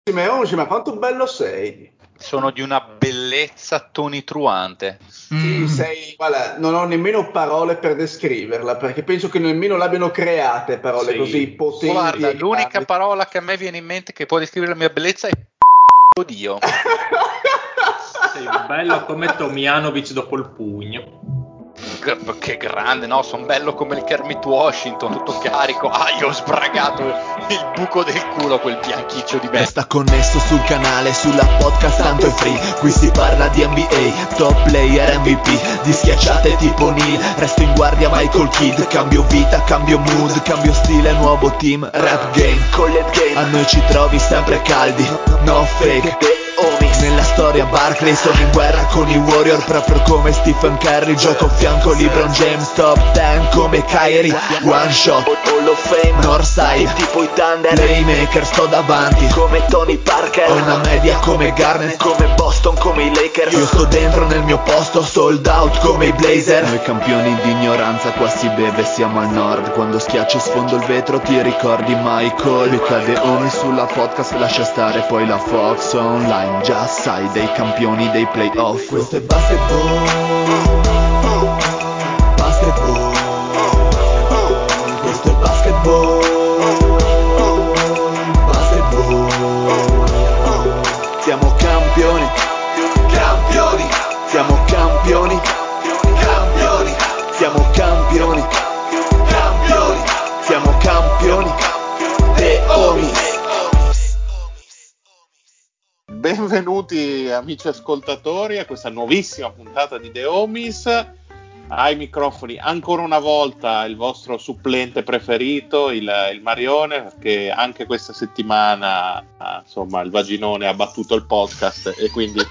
Ma quanto bello sei! Sono di una bellezza tonitruante. Sì, guarda, non ho nemmeno parole per descriverla, perché penso che nemmeno l'abbiano create parole così potenti. Guarda, e l'unica grandi. parola che a me viene in mente che può descrivere la mia bellezza è Dio. Sei bello come Tomjanovic dopo il pugno. Che grande, no? Sono bello come il Kermit Washington, tutto carico. Gli ho sbragato il buco del culo a quel bianchiccio di me. Resta connesso sul canale, sulla podcast tanto è free. Qui si parla di NBA, top player, MVP, di schiacciate tipo Neil. Resto in guardia Michael Kidd. Cambio vita, cambio mood, cambio stile, nuovo team. Rap game, collet game, a noi ci trovi sempre caldi. No fake, nella storia Barkley, sono in guerra con i Warrior proprio come Stephen Curry. Gioco a fianco LeBron James, top 10 come Kyrie. One shot, Hall of Fame, Northside, tipo i Thunder. Playmaker, sto davanti come Tony Parker. Ho una media come Garnett, come Boston, come i Lakers. Io sto dentro nel mio posto, sold out come i Blazer. Noi campioni di ignoranza, qua si beve, siamo al nord. Quando schiacci sfondo il vetro ti ricordi Michael. Mi cade ogni sulla podcast, lascia stare poi la Fox online. Già sai, dei campioni dei playoff. Questo è basketball, basketball. Questo è basketball, basketball. Siamo campioni, campioni. Siamo campioni, campioni. Siamo campioni, campioni. Siamo campioni, The Homies. Benvenuti amici ascoltatori a questa nuovissima puntata di The Homies. Ai microfoni ancora una volta il vostro supplente preferito, il Marione, perché anche questa settimana insomma il vaginone ha battuto il podcast e quindi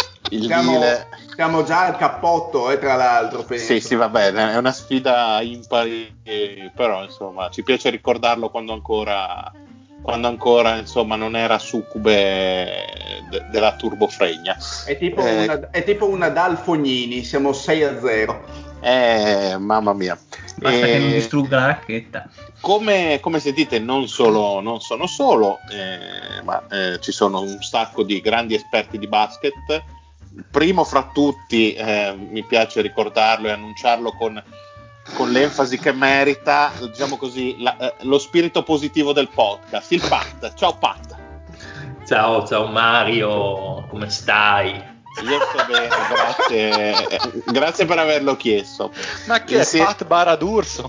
siamo già al cappotto, tra l'altro, penso. Sì, va bene, è una sfida impari, però insomma ci piace ricordarlo quando ancora insomma non era succube della turbofregna. È tipo una Dal Fognini, siamo 6-0. Mamma mia. Basta che non distrugga la racchetta. Come sentite non sono solo, ma ci sono un sacco di grandi esperti di basket. Primo fra tutti, mi piace ricordarlo e annunciarlo con l'enfasi che merita, diciamo così, lo spirito positivo del podcast, il Pat. Ciao Pat. Ciao Mario, come stai? Io sto bene, grazie per averlo chiesto. Ma chi è Pat Baradurso?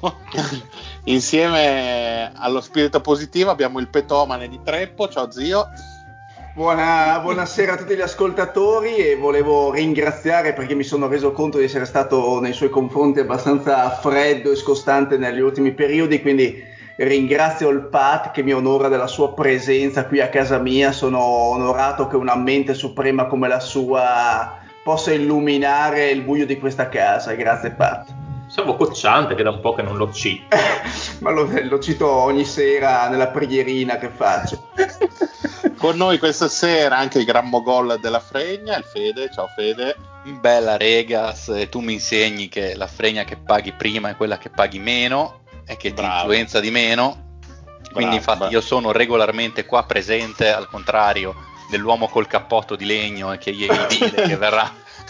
Insieme allo spirito positivo abbiamo il petomane di Treppo. Ciao zio. Buonasera a tutti gli ascoltatori, e volevo ringraziare perché mi sono reso conto di essere stato nei suoi confronti abbastanza freddo e scostante negli ultimi periodi, quindi ringrazio il Pat che mi onora della sua presenza qui a casa mia. Sono onorato che una mente suprema come la sua possa illuminare il buio di questa casa. Grazie Pat. Siamo Cocciante, che da un po' che non lo cito. Ma lo cito ogni sera nella preghierina che faccio. Con noi questa sera anche il gran mogol della fregna, il Fede. Ciao Fede. Bella regas, tu mi insegni che la fregna che paghi prima è quella che paghi meno e che ti influenza di meno. Quindi infatti io sono regolarmente qua presente, al contrario dell'uomo col cappotto di legno e che gli dile che verrà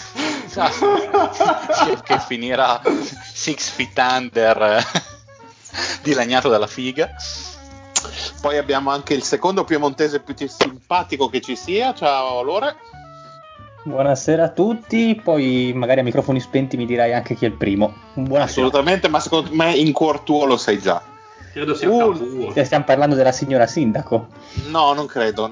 che finirà 6 feet under dilaniato dalla figa. Poi abbiamo anche il secondo piemontese più simpatico che ci sia. Ciao Lore. Buonasera a tutti. Poi magari a microfoni spenti mi dirai anche chi è il primo. Buonasera. Assolutamente, ma secondo me in cuor tuo lo sai già. Credo sia Cavour. Stiamo parlando della signora sindaco. No, non credo.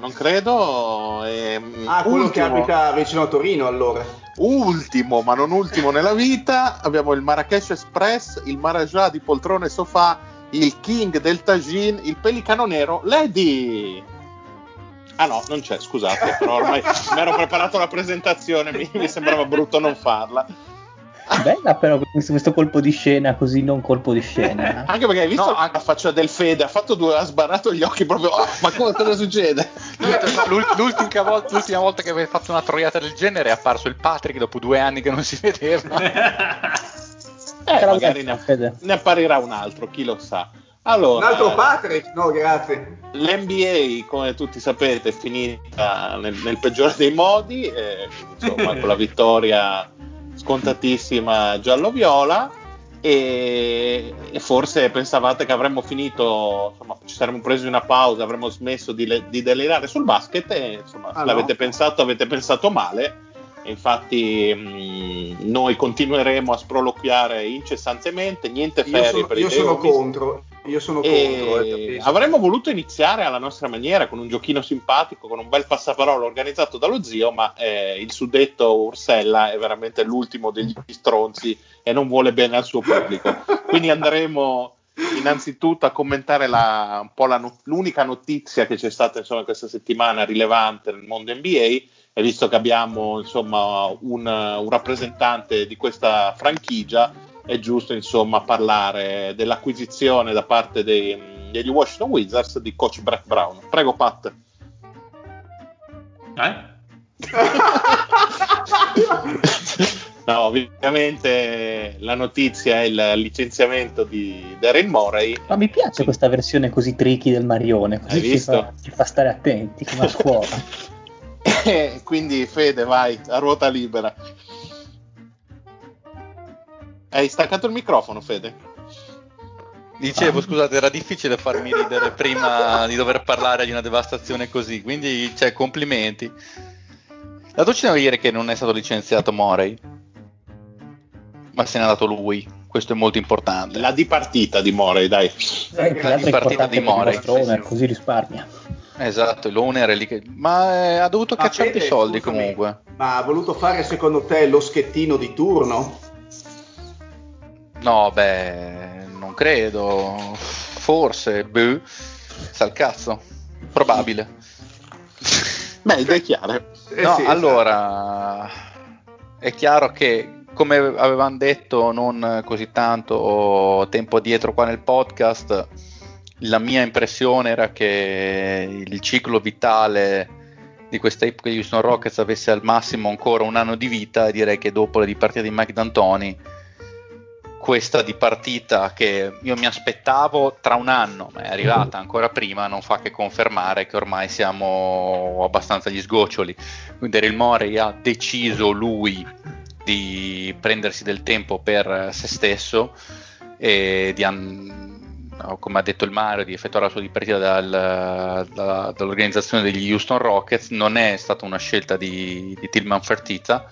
Quello che abita vicino a Torino, allora. Ultimo, ma non ultimo nella vita, abbiamo il Marrakesh Express, il Maharaja di poltrone e sofà, il King del Tagine, il Pelicano Nero, Lady. Ah no, non c'è, scusate, però ormai mi ero preparato la presentazione, mi sembrava brutto non farla. Bella però questo colpo di scena, così non colpo di scena. Anche perché hai visto la faccia del Fede, ha sbarrato gli occhi proprio, ma cosa succede? L'ultima volta che avevi fatto una troiata del genere è apparso il Patrick dopo 2 anni che non si vedeva. Magari ne apparirà un altro, chi lo sa. Allora, un altro Patrick? No, grazie. L'NBA, come tutti sapete, è finita nel peggiore dei modi, insomma, con la vittoria scontatissima giallo-viola, e forse pensavate che avremmo finito, insomma, ci saremmo presi una pausa, avremmo smesso di delirare sul basket, e insomma, se l'avete pensato, avete pensato male. E infatti noi continueremo a sproloquiare incessantemente, niente ferie per i playoff. Io sono contro. Avremmo voluto iniziare alla nostra maniera, con un giochino simpatico, con un bel passaparola organizzato dallo zio, ma il suddetto Ursella è veramente l'ultimo degli stronzi e non vuole bene al suo pubblico. Quindi andremo innanzitutto a commentare un po' l'unica notizia che c'è stata, insomma, questa settimana rilevante nel mondo NBA. E visto che abbiamo, insomma, un rappresentante di questa franchigia, è giusto, insomma, parlare dell'acquisizione da parte degli Washington Wizards di coach Brett Brown. Prego, Pat. No, ovviamente la notizia è il licenziamento di Daryl Morey. Ma mi piace questa versione così tricky del Marione, così ci fa stare attenti come a scuola. Quindi Fede, vai, a ruota libera. Hai staccato il microfono, Fede? Dicevo, scusate, era difficile farmi ridere prima di dover parlare di una devastazione così, quindi complimenti. La docina vuol dire che non è stato licenziato Morey, ma se n'è andato lui. Questo è molto importante. La dipartita di Morey, dai. La dipartita di Morey, così risparmia. Esatto, l'owner è lì ma ha dovuto cacciare i soldi, scusami, comunque. Ma ha voluto fare secondo te lo schettino di turno? No, non credo. Forse, sa il cazzo. Probabile. Idee chiare. No, sì, allora è chiaro che, come avevamo detto non così tanto tempo addietro qua nel podcast, la mia impressione era che il ciclo vitale di questa epoca di Houston Rockets avesse al massimo ancora un anno di vita, e direi che dopo la dipartita di Mike D'Antoni, questa dipartita che io mi aspettavo tra un anno, ma è arrivata ancora prima, non fa che confermare che ormai siamo abbastanza agli sgoccioli. Quindi Daryl Morey ha deciso lui di prendersi del tempo per se stesso e come ha detto il Mario, di effettuare la sua dipartita dall'organizzazione degli Houston Rockets. Non è stata una scelta di Tillman Fertitta,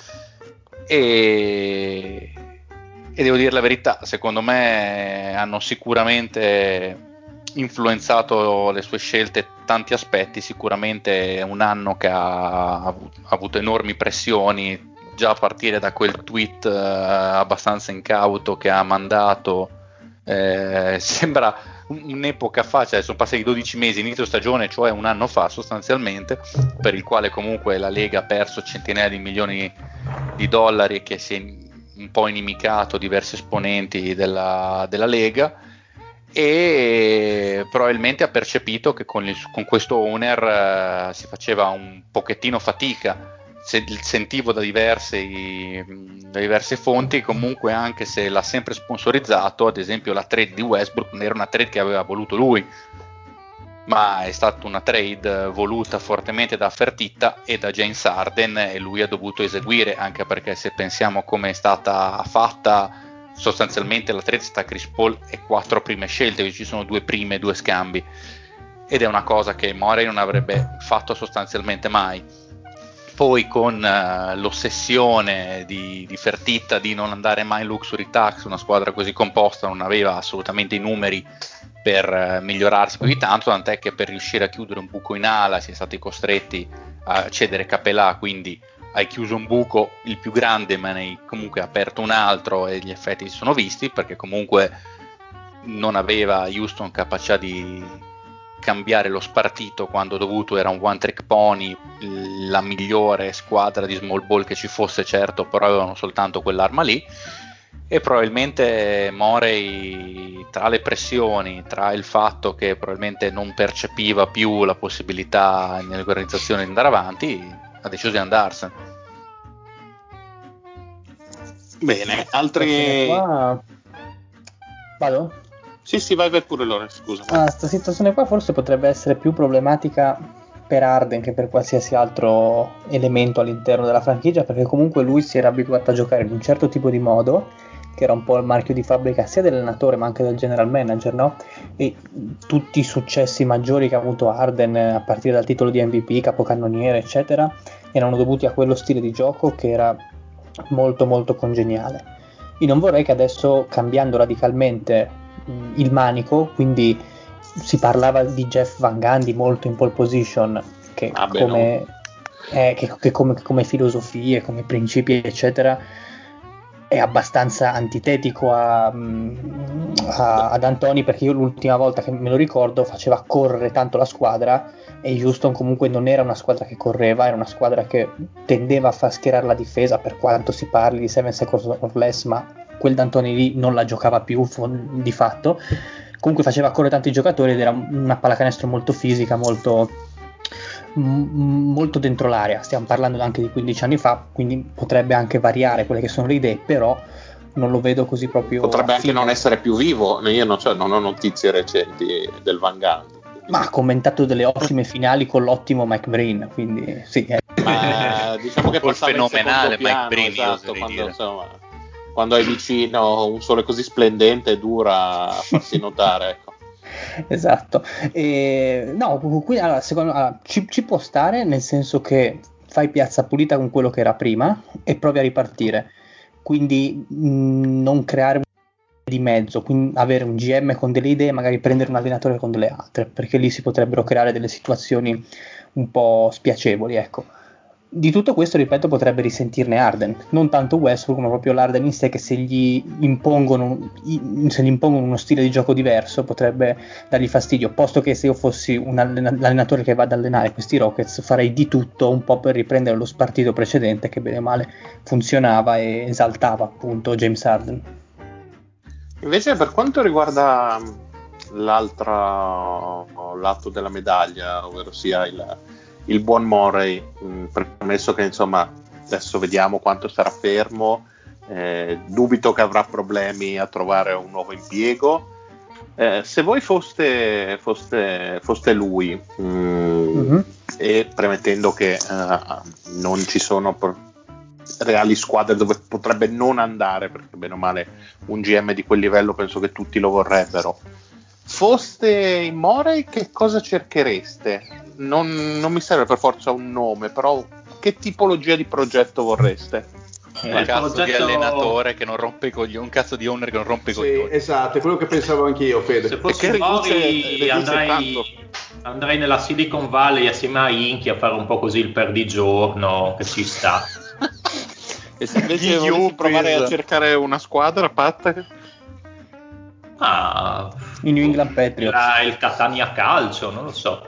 e devo dire la verità, secondo me hanno sicuramente influenzato le sue scelte tanti aspetti. Sicuramente è un anno che ha avuto enormi pressioni, già a partire da quel tweet abbastanza incauto che ha mandato. Sembra un'epoca fa, cioè sono passati 12 mesi, inizio stagione, cioè un anno fa sostanzialmente, per il quale comunque la Lega ha perso centinaia di milioni di dollari, che si è un po' inimicato diversi esponenti della Lega, e probabilmente ha percepito che con questo owner si faceva un pochettino fatica. Sentivo da diverse fonti, comunque, anche se l'ha sempre sponsorizzato, ad esempio la trade di Westbrook non era una trade che aveva voluto lui, ma è stata una trade voluta fortemente da Fertitta e da James Harden, e lui ha dovuto eseguire, anche perché se pensiamo come è stata fatta, sostanzialmente la trade sta Chris Paul e 4 prime scelte, ci sono 2 prime e 2 scambi, ed è una cosa che Morey non avrebbe fatto sostanzialmente mai. Poi con l'ossessione di Fertitta di non andare mai in luxury tax, una squadra così composta non aveva assolutamente i numeri per migliorarsi più di tanto, tant'è che per riuscire a chiudere un buco in ala si è stati costretti a cedere Capelà, quindi hai chiuso un buco il più grande, ma ne hai comunque aperto un altro, e gli effetti si sono visti, perché comunque non aveva Houston capacità di cambiare lo spartito quando dovuto, era un one trick pony, la migliore squadra di small ball che ci fosse, certo, però avevano soltanto quell'arma lì. E probabilmente Morey, tra le pressioni, tra il fatto che probabilmente non percepiva più la possibilità nell'organizzazione di andare avanti, ha deciso di andarsene. Bene, altri... Vado? Sì, vai pure Lore, scusa. Questa situazione qua forse potrebbe essere più problematica per Harden che per qualsiasi altro elemento all'interno della franchigia, perché comunque lui si era abituato a giocare in un certo tipo di modo, che era un po' il marchio di fabbrica sia dell'allenatore ma anche del general manager, no? E tutti i successi maggiori che ha avuto Harden, a partire dal titolo di MVP, capocannoniere, eccetera, erano dovuti a quello stile di gioco che era molto molto congeniale. Io non vorrei che adesso, cambiando radicalmente il manico, quindi si parlava di Jeff Van Gundy molto in pole position, che come filosofie, come principi eccetera è abbastanza antitetico ad Antony, perché io l'ultima volta che me lo ricordo faceva correre tanto la squadra, e Houston comunque non era una squadra che correva, era una squadra che tendeva a far schierare la difesa, per quanto si parli di 7 seconds or less, ma quel D'Antoni lì non la giocava più di fatto. Comunque faceva correre tanti giocatori ed era una pallacanestro molto fisica, molto dentro l'area. Stiamo parlando anche di 15 anni fa, quindi potrebbe anche variare quelle che sono le idee, però non lo vedo così proprio. Potrebbe anche non essere più vivo. Io non ho notizie recenti del Van Gundy. Ma ha commentato delle ottime finali con l'ottimo Mike Breen, quindi sì. Ma diciamo che col fenomenale piano, Mike Breen, esatto, quando hai vicino un sole così splendente è dura a farsi notare, ecco. Esatto. Qui allora, ci può stare, nel senso che fai piazza pulita con quello che era prima e provi a ripartire, quindi non creare un di mezzo, quindi avere un GM con delle idee, magari prendere un allenatore con delle altre, perché lì si potrebbero creare delle situazioni un po' spiacevoli, ecco. Di tutto questo, ripeto, potrebbe risentirne Harden, non tanto Westbrook, ma proprio l'Harden in sé, che se gli impongono uno stile di gioco diverso potrebbe dargli fastidio, posto che se io fossi l'allenatore che va ad allenare questi Rockets farei di tutto un po' per riprendere lo spartito precedente che bene o male funzionava e esaltava appunto James Harden. Invece per quanto riguarda l'altro lato della medaglia, ovvero sia il buon Morey, premesso che insomma adesso vediamo quanto sarà fermo, dubito che avrà problemi a trovare un nuovo impiego. Se voi foste lui, e premettendo che non ci sono reali squadre dove potrebbe non andare, perché bene o male un GM di quel livello penso che tutti lo vorrebbero, foste in Morey, che cosa cerchereste? Non mi serve per forza un nome, però che tipologia di progetto vorreste? Un cazzo di allenatore che non rompe i coglioni, un cazzo di owner che non rompe i coglioni. Esatto, è quello che pensavo anch'io, Fede. Se fossi Morey andrei nella Silicon Valley assieme a Inchi a fare un po' così il perdigiorno, che ci sta. E se invece volessi provare a cercare una squadra, Pat? I New England Patriots, il Catania Calcio, non lo so.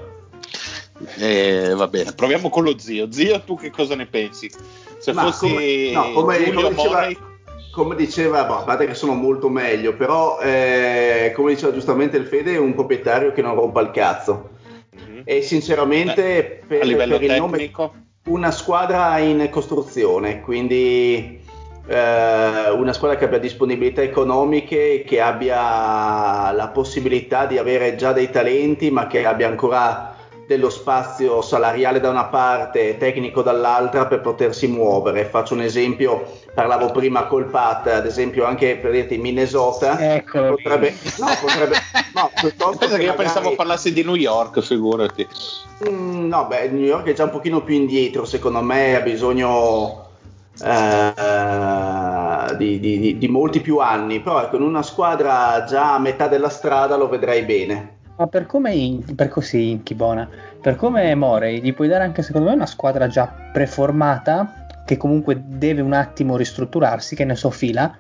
Va bene, proviamo con lo zio. Zio, tu che cosa ne pensi? Se fossi come diceva, a parte che sono molto meglio, però come diceva giustamente il Fede, è un proprietario che non rompa il cazzo. E sinceramente a livello per il tecnico nome, una squadra in costruzione, quindi una squadra che abbia disponibilità economiche, che abbia la possibilità di avere già dei talenti, ma che abbia ancora dello spazio salariale da una parte e tecnico dall'altra per potersi muovere. Faccio un esempio, parlavo prima col Pat, ad esempio anche per dirti Minnesota, potrebbe penso che io pensavo parlassi di New York, figurati. No, New York è già un pochino più indietro, secondo me ha bisogno di molti più anni, però ecco, in una squadra già a metà della strada lo vedrei bene. Ma per come Morey gli puoi dare anche secondo me una squadra già preformata, che comunque deve un attimo ristrutturarsi, che ne so, fila,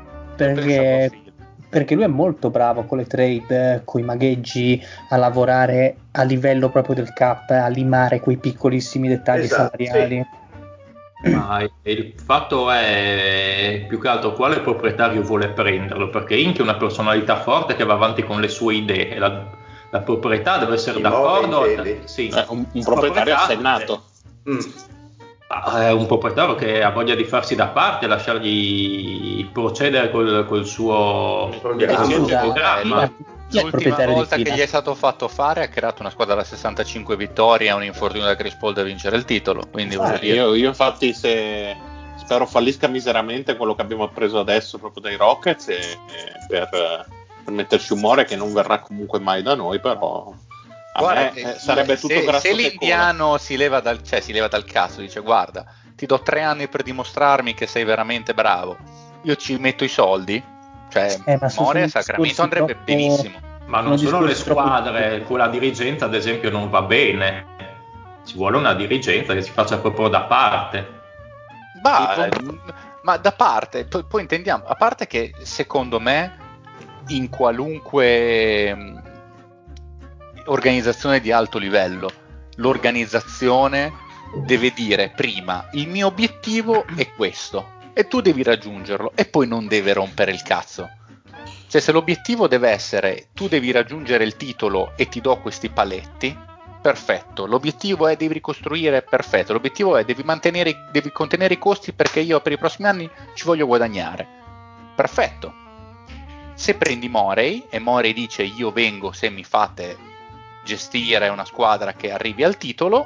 perché lui è molto bravo con le trade, con i magheggi, a lavorare a livello proprio del cap, a limare quei piccolissimi dettagli salariali. Sì. Ma il fatto è più che altro quale proprietario vuole prenderlo, perché Inc è una personalità forte che va avanti con le sue idee e la proprietà deve essere d'accordo. Sì, un proprietario assennato. Un proprietario che ha voglia di farsi da parte e lasciargli procedere col suo programma. L'ultima volta che gli è stato fatto fare ha creato una squadra da 65 vittorie a un infortunio da Chris Paul da vincere il titolo, quindi io infatti spero fallisca miseramente quello che abbiamo preso adesso proprio dai Rockets per metterci un More che non verrà comunque mai da noi, però sarebbe tutto grasso. Se l'indiano si leva dal cazzo, dice guarda, ti do 3 anni per dimostrarmi che sei veramente bravo, io ci metto i soldi, cioè More a Sacramento andrebbe benissimo. Ma non sono le squadre, con la dirigenza ad esempio non va bene, ci vuole una dirigenza che si faccia proprio da parte. Ma da parte, poi intendiamo, a parte che secondo me in qualunque organizzazione di alto livello l'organizzazione deve dire prima il mio obiettivo è questo e tu devi raggiungerlo e poi non deve rompere il cazzo. Cioè se l'obiettivo deve essere tu devi raggiungere il titolo e ti do questi paletti, perfetto. L'obiettivo è devi ricostruire, perfetto. L'obiettivo è devi contenere i costi perché io per i prossimi anni ci voglio guadagnare, perfetto. Se prendi Morey e Morey dice io vengo se mi fate gestire una squadra che arrivi al titolo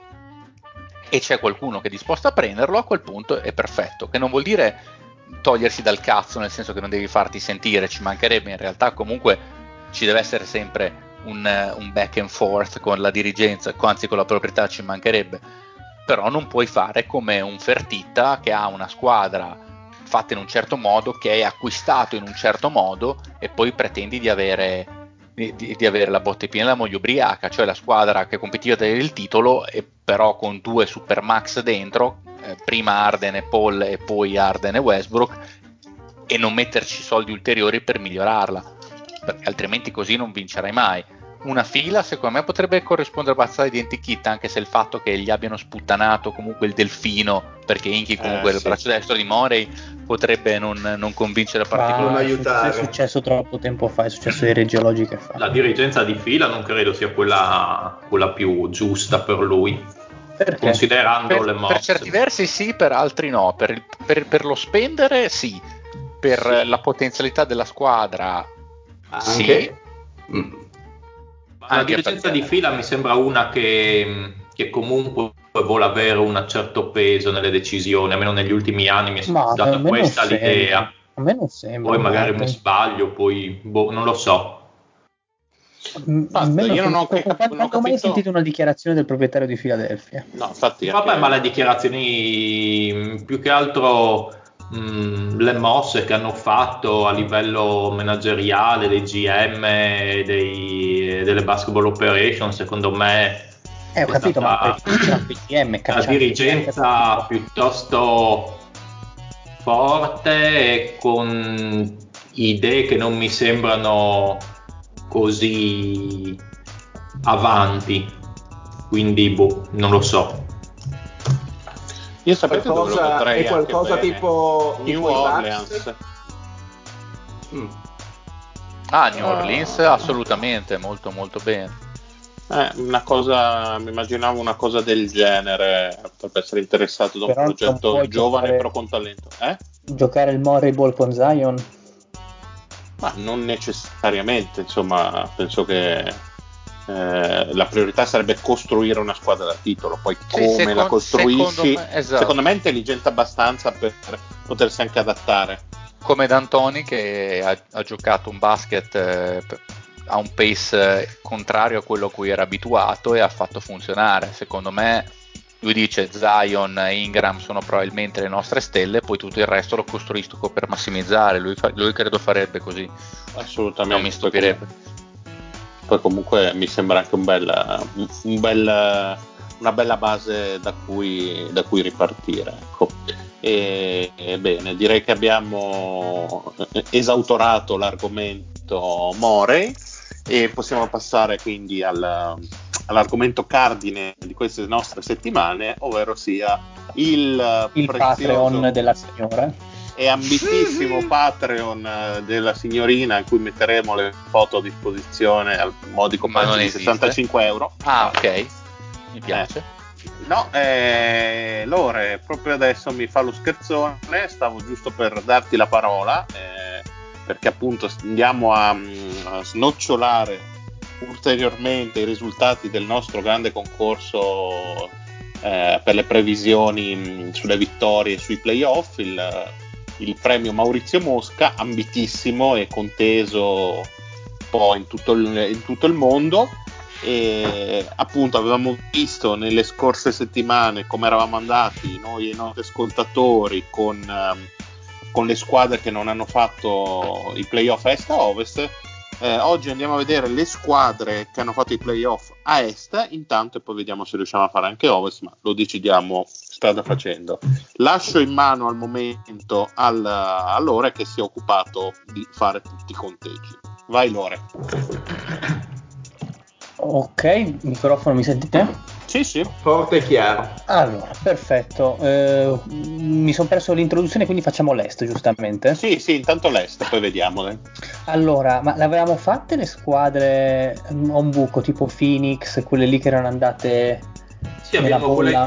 e c'è qualcuno che è disposto a prenderlo, a quel punto è perfetto, che non vuol dire togliersi dal cazzo nel senso che non devi farti sentire, ci mancherebbe, in realtà comunque ci deve essere sempre un back and forth con la dirigenza, anzi con la proprietà ci mancherebbe, però non puoi fare come un Fertitta che ha una squadra fatta in un certo modo, che è acquistato in un certo modo e poi pretendi di avere la botte piena e la moglie ubriaca, cioè la squadra che competiva per il titolo e però con 2 supermax dentro, prima Harden e Paul e poi Harden e Westbrook, e non metterci soldi ulteriori per migliorarla, perché altrimenti così non vincerai mai. Una fila secondo me potrebbe corrispondere abbastanza a identikit, anche se il fatto che gli abbiano sputtanato comunque il delfino, perché Inky comunque il braccio destro di Morey potrebbe non convincere particolarmente. È successo troppo tempo fa, è successo di reggeologiche fa. La dirigenza di fila non credo sia quella più giusta per lui. Perché? Considerando le mosse. Per certi versi sì, per altri no. Per lo spendere sì, per la potenzialità della squadra anche. Sì. La dirigenza di fila mi sembra una che comunque vuole avere un certo peso nelle decisioni, almeno negli ultimi anni mi è data questa l'idea. A me non sembra. Poi magari mi sbaglio, poi non lo so. Io non ho mai sentito una dichiarazione del proprietario di Philadelphia. No, infatti. Vabbè, ma le dichiarazioni più che altro le mosse che hanno fatto a livello manageriale dei GM delle basketball operations, secondo me ho capito, ma la dirigenza piuttosto forte, con idee che non mi sembrano così avanti, quindi non lo so. Io sapete dove lo vedrei, è qualcosa tipo New Orleans. New Orleans assolutamente, molto molto bene. Mi immaginavo una cosa del genere, potrebbe essere interessato da un progetto giovane però con talento. Giocare il Morey Ball con Zion? Ma non necessariamente, insomma, penso che la priorità sarebbe costruire una squadra da titolo, poi come la costruisci secondo me è intelligente abbastanza per potersi anche adattare, come D'Antoni che ha giocato un basket a un pace contrario a quello a cui era abituato e ha fatto funzionare. Secondo me lui dice Zion e Ingram sono probabilmente le nostre stelle, poi tutto il resto lo costruisco per massimizzare. Lui credo farebbe così, assolutamente, non mi stupirebbe. Poi comunque mi sembra anche una bella base da cui ripartire, ecco. Bene, direi che abbiamo esautorato l'argomento Morey e possiamo passare quindi all'argomento cardine di queste nostre settimane, ovvero sia il Patreon della signora e ambitissimo Patreon della signorina, in cui metteremo le foto a disposizione al modico prezzo di 65 euro. Ok, mi piace. Lore proprio adesso mi fa lo scherzone, stavo giusto per darti la parola, perché appunto andiamo a snocciolare ulteriormente i risultati del nostro grande concorso per le previsioni sulle vittorie e sui playoff, il premio Maurizio Mosca, ambitissimo e conteso un po' in tutto il mondo. E appunto avevamo visto nelle scorse settimane come eravamo andati noi e i nostri ascoltatori con le squadre che non hanno fatto i playoff a est a ovest. Oggi andiamo a vedere le squadre che hanno fatto i playoff a est intanto, e poi vediamo se riusciamo a fare anche ovest, ma lo decidiamo strada facendo. Lascio in mano al momento a Lore, che si è occupato di fare tutti i conteggi. Vai Lore. Ok, microfono, mi sentite? Sì, forte e chiaro. Allora, perfetto. Mi sono perso l'introduzione, quindi facciamo l'est, giustamente? Sì, intanto l'est, poi vediamole. Allora, ma le avevamo fatte le squadre a un buco, tipo Phoenix, quelle lì che erano andate Sì, nella abbiamo bolla?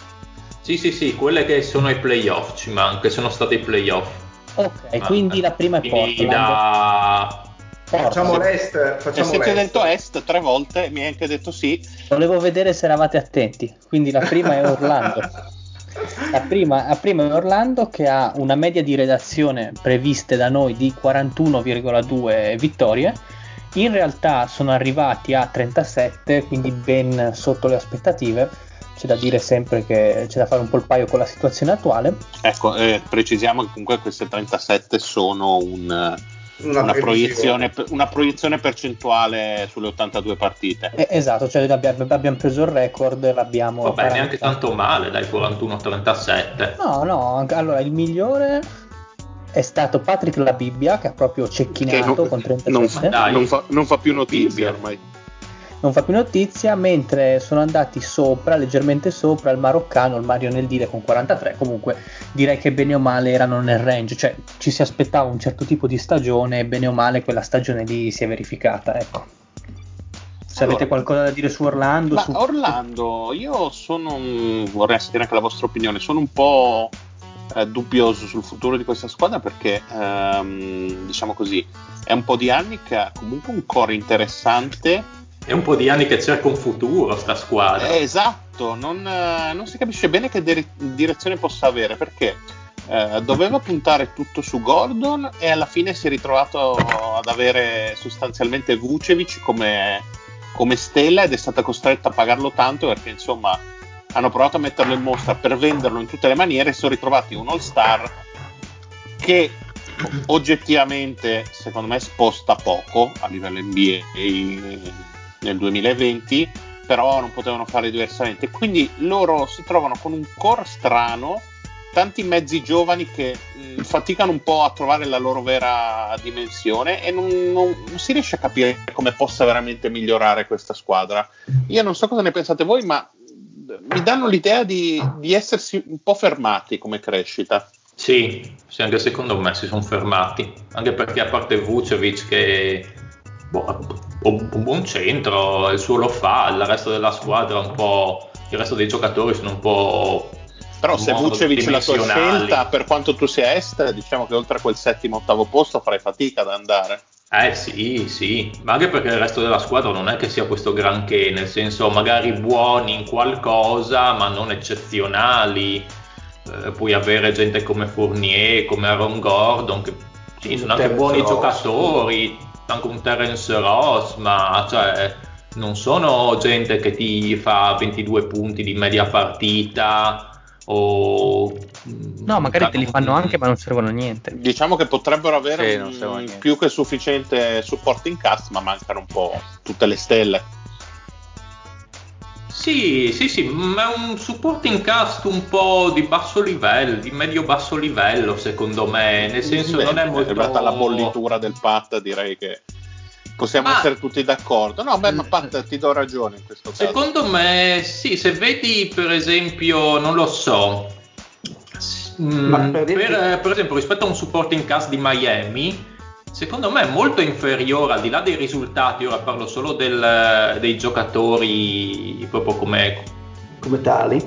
Sì, quelle che sono ai playoff, ci manca, che sono state i playoff. Ok, quindi la prima è Quindi Portland. Facciamo l'est. Se ti ho detto est 3 volte, mi hai anche detto sì. Volevo vedere se eravate attenti. Quindi la prima è Orlando. La prima è Orlando, che ha una media di redazione previste da noi di 41,2 vittorie. In realtà sono arrivati a 37, quindi ben sotto le aspettative. C'è da dire sempre che c'è da fare un po' il paio con la situazione attuale. Ecco, precisiamo che comunque queste 37 sono una proiezione percentuale sulle 82 partite. Esatto, cioè abbiamo preso il record, l'abbiamo Vabbè, parametrato. neanche tanto male dai 41-37. No, allora il migliore è stato Patrick La Bibbia, che ha proprio cecchinato con 37. Non fa più notizia ormai. Non fa più notizia, mentre sono andati sopra, leggermente sopra, il maroccano, il Mario Nel con 43. Comunque direi che bene o male erano nel range, cioè ci si aspettava un certo tipo di stagione e bene o male quella stagione lì si è verificata, ecco. Se avete qualcosa da dire su Orlando? Orlando, io vorrei sentire anche la vostra opinione, sono un po' dubbioso sul futuro di questa squadra perché diciamo così, è un po' di anni che ha comunque un core interessante. È un po' di anni che cerca un futuro sta squadra. Esatto, non si capisce bene che direzione possa avere, perché doveva puntare tutto su Gordon e alla fine si è ritrovato ad avere sostanzialmente Vucevic come stella ed è stata costretta a pagarlo tanto perché insomma hanno provato a metterlo in mostra per venderlo in tutte le maniere e sono ritrovati un all-star che oggettivamente secondo me sposta poco a livello NBA nel 2020, però non potevano fare diversamente, quindi loro si trovano con un core strano, tanti mezzi giovani che faticano un po' a trovare la loro vera dimensione e non si riesce a capire come possa veramente migliorare questa squadra. Io non so cosa ne pensate voi, ma mi danno l'idea di essersi un po' fermati come crescita. Sì, anche secondo me si sono fermati, anche perché a parte Vucevic che un buon centro, il suo lo fa, il resto della squadra un po', il resto dei giocatori sono un po'. Però se Vucevic è la tua scelta, per quanto tu sia est, diciamo che oltre a quel 7º-8° posto farai fatica ad andare. Sì, ma anche perché il resto della squadra non è che sia questo granché, nel senso magari buoni in qualcosa, ma non eccezionali. Puoi avere gente come Fournier, come Aaron Gordon, che sì, sono anche buoni giocatori, anche un Terence Ross, ma cioè, non sono gente che ti fa 22 punti di media partita o no, magari te li fanno anche ma non servono a niente. Diciamo che potrebbero avere più che sufficiente supporting cast, ma mancano un po' tutte le stelle. Sì, ma è un supporting cast un po' di basso livello, di medio-basso livello secondo me, nel senso non è molto. È arrivata la bollitura del Pat, direi che possiamo essere tutti d'accordo. No, ma Pat, ti do ragione in questo caso. Secondo me sì, se vedi per esempio, non lo so, per esempio rispetto a un supporting cast di Miami, secondo me è molto inferiore, al di là dei risultati, ora parlo solo dei giocatori proprio come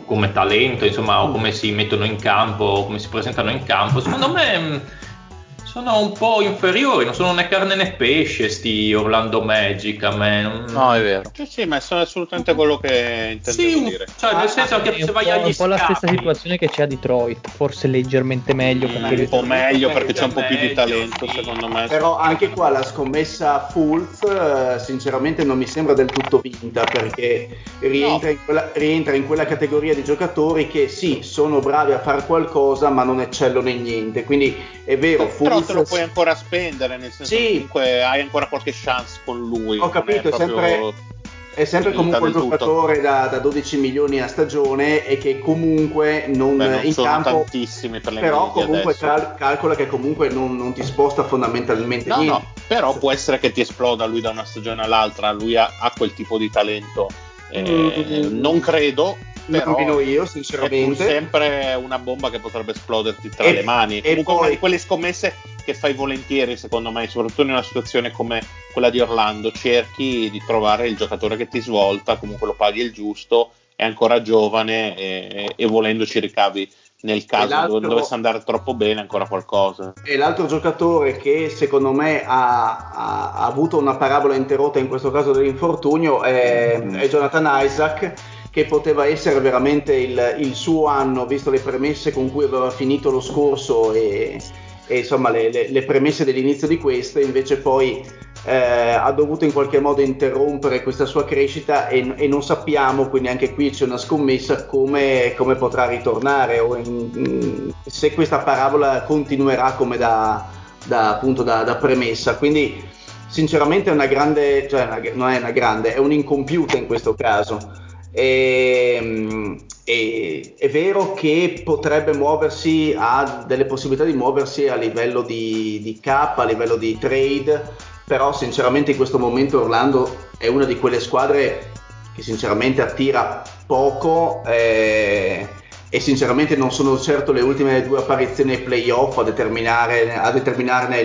talento, insomma, o come si mettono in campo, come si presentano in campo. Secondo me sono un po' inferiori, non sono né carne né pesce sti Orlando Magic a me. No, è vero. Sì, ma sono assolutamente quello che intendevo dire. Cioè, nel senso che se vai agli un po' la stessa scavi, situazione che c'è a Detroit, forse leggermente meglio. Un po' meglio perché c'è un po' più di meglio, talento, sì. secondo me. Però anche qua la scommessa Fultz sinceramente non mi sembra del tutto vinta, perché rientra in quella categoria di giocatori che sì, sono bravi a fare qualcosa ma non eccellono in niente, quindi è vero, Però Fultz te lo puoi ancora spendere, nel senso che comunque hai ancora qualche chance con lui. ho capito, è sempre comunque un giocatore da 12 milioni a stagione e che comunque non in sono campo tantissimi per le però medie comunque adesso. calcola che comunque non ti sposta fondamentalmente niente. No, però può essere che ti esploda lui da una stagione all'altra, lui ha quel tipo di talento, non credo, però non io sinceramente è pur sempre una bomba che potrebbe esploderti tra le mani. Comunque poi, una di quelle scommesse che fai volentieri, secondo me, soprattutto in una situazione come quella di Orlando, cerchi di trovare il giocatore che ti svolta, comunque lo paghi il giusto, è ancora giovane e volendoci ricavi nel caso dovesse andare troppo bene ancora qualcosa. E l'altro giocatore che secondo me ha avuto una parabola interrotta in questo caso dell'infortunio è Jonathan Isaac, che poteva essere veramente il suo anno, visto le premesse con cui aveva finito lo scorso e insomma le premesse dell'inizio di questo, invece poi ha dovuto in qualche modo interrompere questa sua crescita e non sappiamo, quindi anche qui c'è una scommessa come potrà ritornare o se questa parabola continuerà come da premessa. Quindi sinceramente è una grande, cioè non è una grande, è un'incompiuta in questo caso. È vero che potrebbe muoversi, ha delle possibilità di muoversi a livello di cap, a livello di trade, però sinceramente in questo momento Orlando è una di quelle squadre che sinceramente attira poco e sinceramente non sono certo le ultime 2 apparizioni ai playoff a determinarne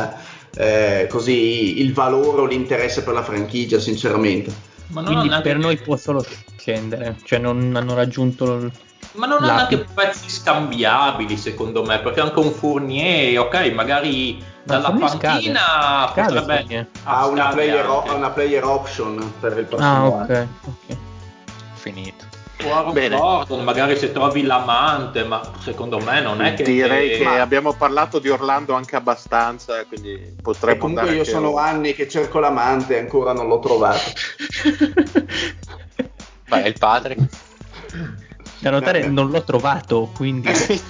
il valore o l'interesse per la franchigia, sinceramente. Ma quindi per noi può solo scendere, cioè non hanno raggiunto ma non hanno anche prezzi scambiabili, secondo me, perché anche un Fournier, ok, magari dalla panchina potrebbe ha una player option per il prossimo anno. Ok. Finito. Gordon, magari se trovi l'amante, ma secondo me non è che direi che abbiamo parlato di Orlando anche abbastanza, quindi potremmo comunque io sono anni che cerco l'amante e ancora non l'ho trovato. Beh, è il padre. Da notare non l'ho trovato, quindi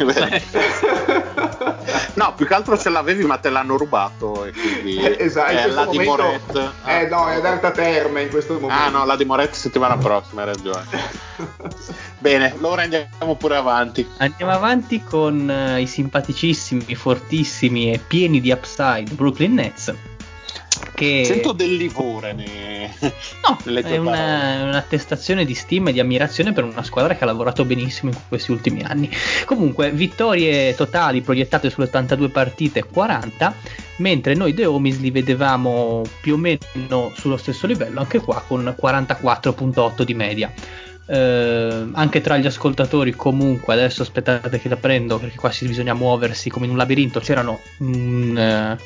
no, più che altro ce l'avevi ma te l'hanno rubato e quindi esatto, in questo la momento, di Moret no, è ad alta terme in questo momento. No, la di Moret settimana prossima, hai ragione. Bene, allora andiamo pure avanti. Andiamo avanti con i simpaticissimi, fortissimi e pieni di upside Brooklyn Nets, che sento del livore nelle tue parole. Un'attestazione di stima e di ammirazione per una squadra che ha lavorato benissimo in questi ultimi anni. Comunque vittorie totali proiettate sulle 82 partite, 40, mentre noi The Homies li vedevamo più o meno sullo stesso livello, anche qua con 44.8 di media. Anche tra gli ascoltatori, comunque adesso aspettate che la prendo perché qua bisogna muoversi come in un labirinto, c'erano una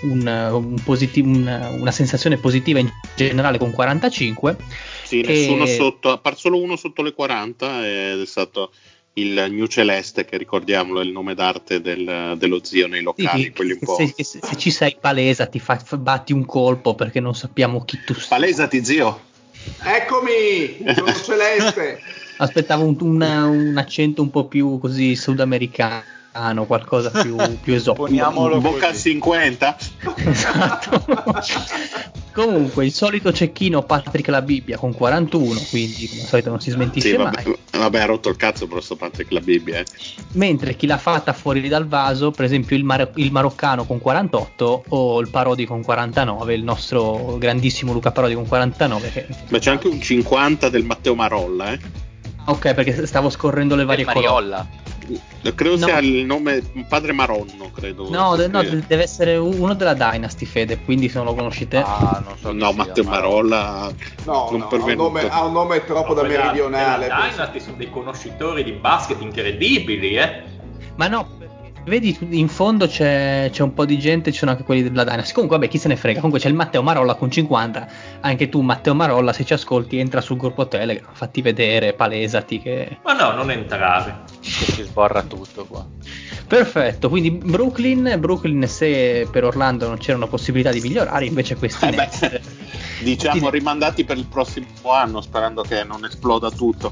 sensazione positiva in generale con 45. Sì, nessuno sotto, a parte solo uno sotto le 40 ed è stato il New Celeste, che ricordiamolo è il nome d'arte dello zio nei locali, sì, quelli un po'. Se ci sei palesati, batti un colpo perché non sappiamo chi tu sei. Palesati, zio. Eccomi, sono Celeste. Aspettavo un accento un po' più così sudamericano, qualcosa più esotico. Bocca al 50. Esatto. Comunque il solito cecchino Patrick La Bibbia con 41, quindi come al solito non si smentisce mai. Vabbè, ha rotto il cazzo però sto Patrick La Bibbia. Mentre chi l'ha fatta fuori dal vaso, per esempio il maroccano con 48 o il Parodi con 49, il nostro grandissimo Luca Parodi con 49. Ma c'è anche un 50 del Matteo Marolla, Ok, perché stavo scorrendo le varie colonne. Credo sia il nome padre Maronno, credo. No, deve essere uno della Dynasty, Fede, quindi se non lo conoscete. Non so. No, Matteo Marolla. Ha un nome troppo da meridionale. Dynasty sono dei conoscitori di basket incredibili, Ma no, vedi in fondo c'è un po' di gente, ci sono anche quelli della Dynasty. Comunque vabbè, chi se ne frega. Comunque c'è il Matteo Marolla con 50. Anche tu, Matteo Marolla, se ci ascolti, entra sul gruppo Telegram, fatti vedere, palesati che... Ma no, non entrare. Che si sborra tutto qua. Perfetto, quindi Brooklyn, se per Orlando non c'era una possibilità di migliorare, invece questi Nets... Diciamo rimandati per il prossimo anno, sperando che non esploda tutto.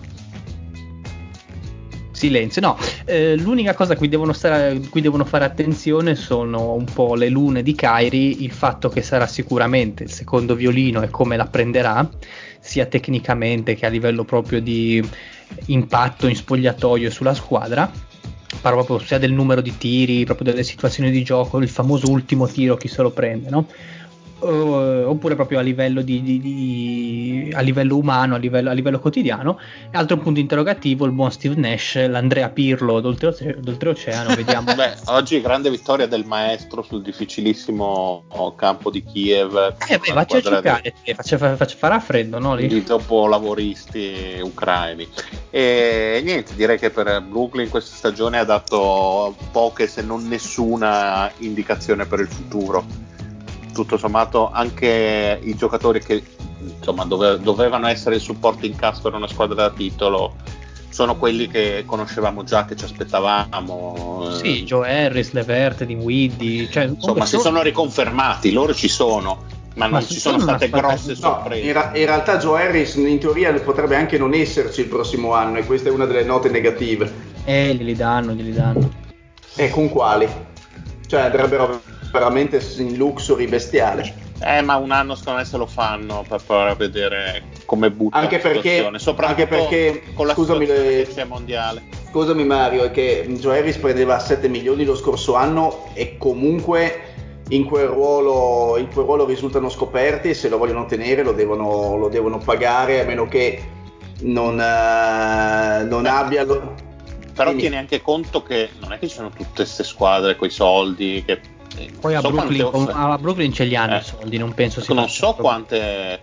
Silenzio, no, l'unica cosa a cui devono fare attenzione sono un po' le lune di Kyrie, il fatto che sarà sicuramente il secondo violino e come la prenderà, sia tecnicamente che a livello proprio di impatto in spogliatoio e sulla squadra. Parlo proprio sia del numero di tiri, proprio delle situazioni di gioco, il famoso ultimo tiro, chi se lo prende, no? Oppure proprio a livello a livello umano, a livello quotidiano. E altro punto interrogativo, il buon Steve Nash, l'Andrea Pirlo d'oltreoceano. Vediamo. Beh, oggi grande vittoria del maestro sul difficilissimo campo di Kiev. Faccia giocare, farà freddo, no? Lì? Di dopolavoristi ucraini. E niente, direi che per Brooklyn questa stagione ha dato poche se non nessuna indicazione per il futuro. Tutto sommato anche i giocatori che insomma dovevano essere il supporto in cast per una squadra da titolo sono quelli che conoscevamo già, che ci aspettavamo. Sì, Joe Harris, Levert, Dinwiddie, cioè, insomma si sono riconfermati, loro ci sono, ma non ci sono state grosse sorprese. In realtà Joe Harris in teoria potrebbe anche non esserci il prossimo anno, e questa è una delle note negative. Glieli danno. E con quali? Cioè andrebbero veramente in luxury bestiale. Ma un anno secondo me se lo fanno per provare a vedere come butta anche la situazione, anche perché con la situazione che c'è mondiale. Scusami Mario, è che Joe Harris prendeva 7 milioni lo scorso anno e comunque in quel ruolo risultano scoperti, e se lo vogliono tenere lo devono pagare, a meno che non abbia però tieni anche conto che non è che ci sono tutte queste squadre coi soldi che poi a Brooklyn ce li hanno i soldi, non penso si non so quante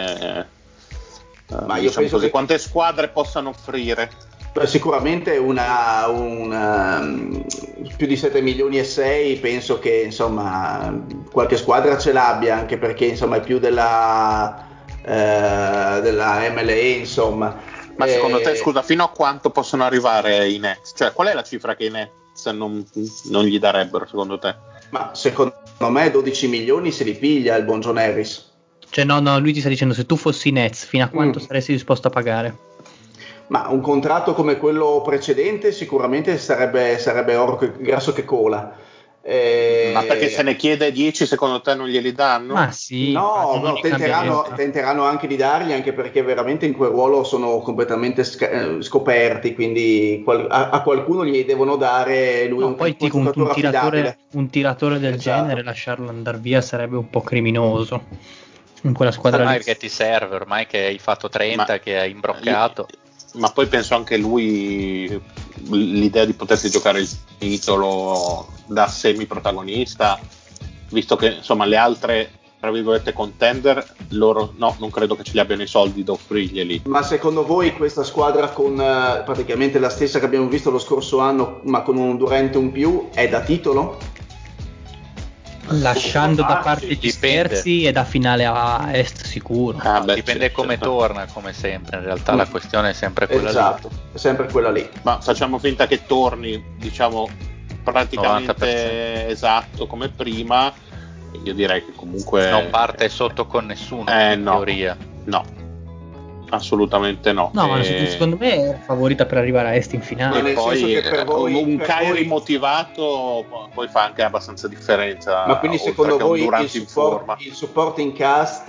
ma io penso che quante squadre possano offrire. Sicuramente più di 7 milioni e 6, penso che insomma qualche squadra ce l'abbia, anche perché insomma è più della MLA, insomma. Ma secondo te, scusa, fino a quanto possono arrivare i Nets? Cioè, qual è la cifra che i Nets non gli darebbero, secondo te? Ma secondo me 12 milioni se li piglia il buon John Harris. Cioè no, lui ti sta dicendo, se tu fossi i Nets, fino a quanto saresti disposto a pagare? Ma un contratto come quello precedente sicuramente sarebbe oro grasso che cola. Ma perché se ne chiede 10, secondo te non glieli danno? Ma sì, no, tenteranno anche di dargli, anche perché veramente in quel ruolo sono completamente scoperti, quindi a qualcuno gli devono dare lui poi un tiratore del genere, lasciarlo andare via sarebbe un po' criminoso in quella squadra lì. Che ti serve ormai che hai fatto 30, che hai imbroccato. Ma poi penso anche lui, l'idea di potersi giocare il titolo da semi-protagonista, visto che insomma le altre tra virgolette contender, loro no, non credo che ce li abbiano i soldi da offrirglieli. Ma secondo voi questa squadra con praticamente la stessa che abbiamo visto lo scorso anno, ma con un Durant un più, è da titolo? Lasciando da parte gli scherzi e da finale a est sicuro. Dipende come torna, come sempre. In realtà la questione è sempre quella lì. Esatto, è sempre quella lì. Ma facciamo finta che torni, diciamo, praticamente 90%. Esatto come prima. Io direi che comunque non parte sotto con nessuno in teoria. No. Assolutamente no. No, secondo me è favorita per arrivare a est in finale. E poi un Kyrie motivato poi fa anche abbastanza differenza. Ma quindi secondo voi il supporting cast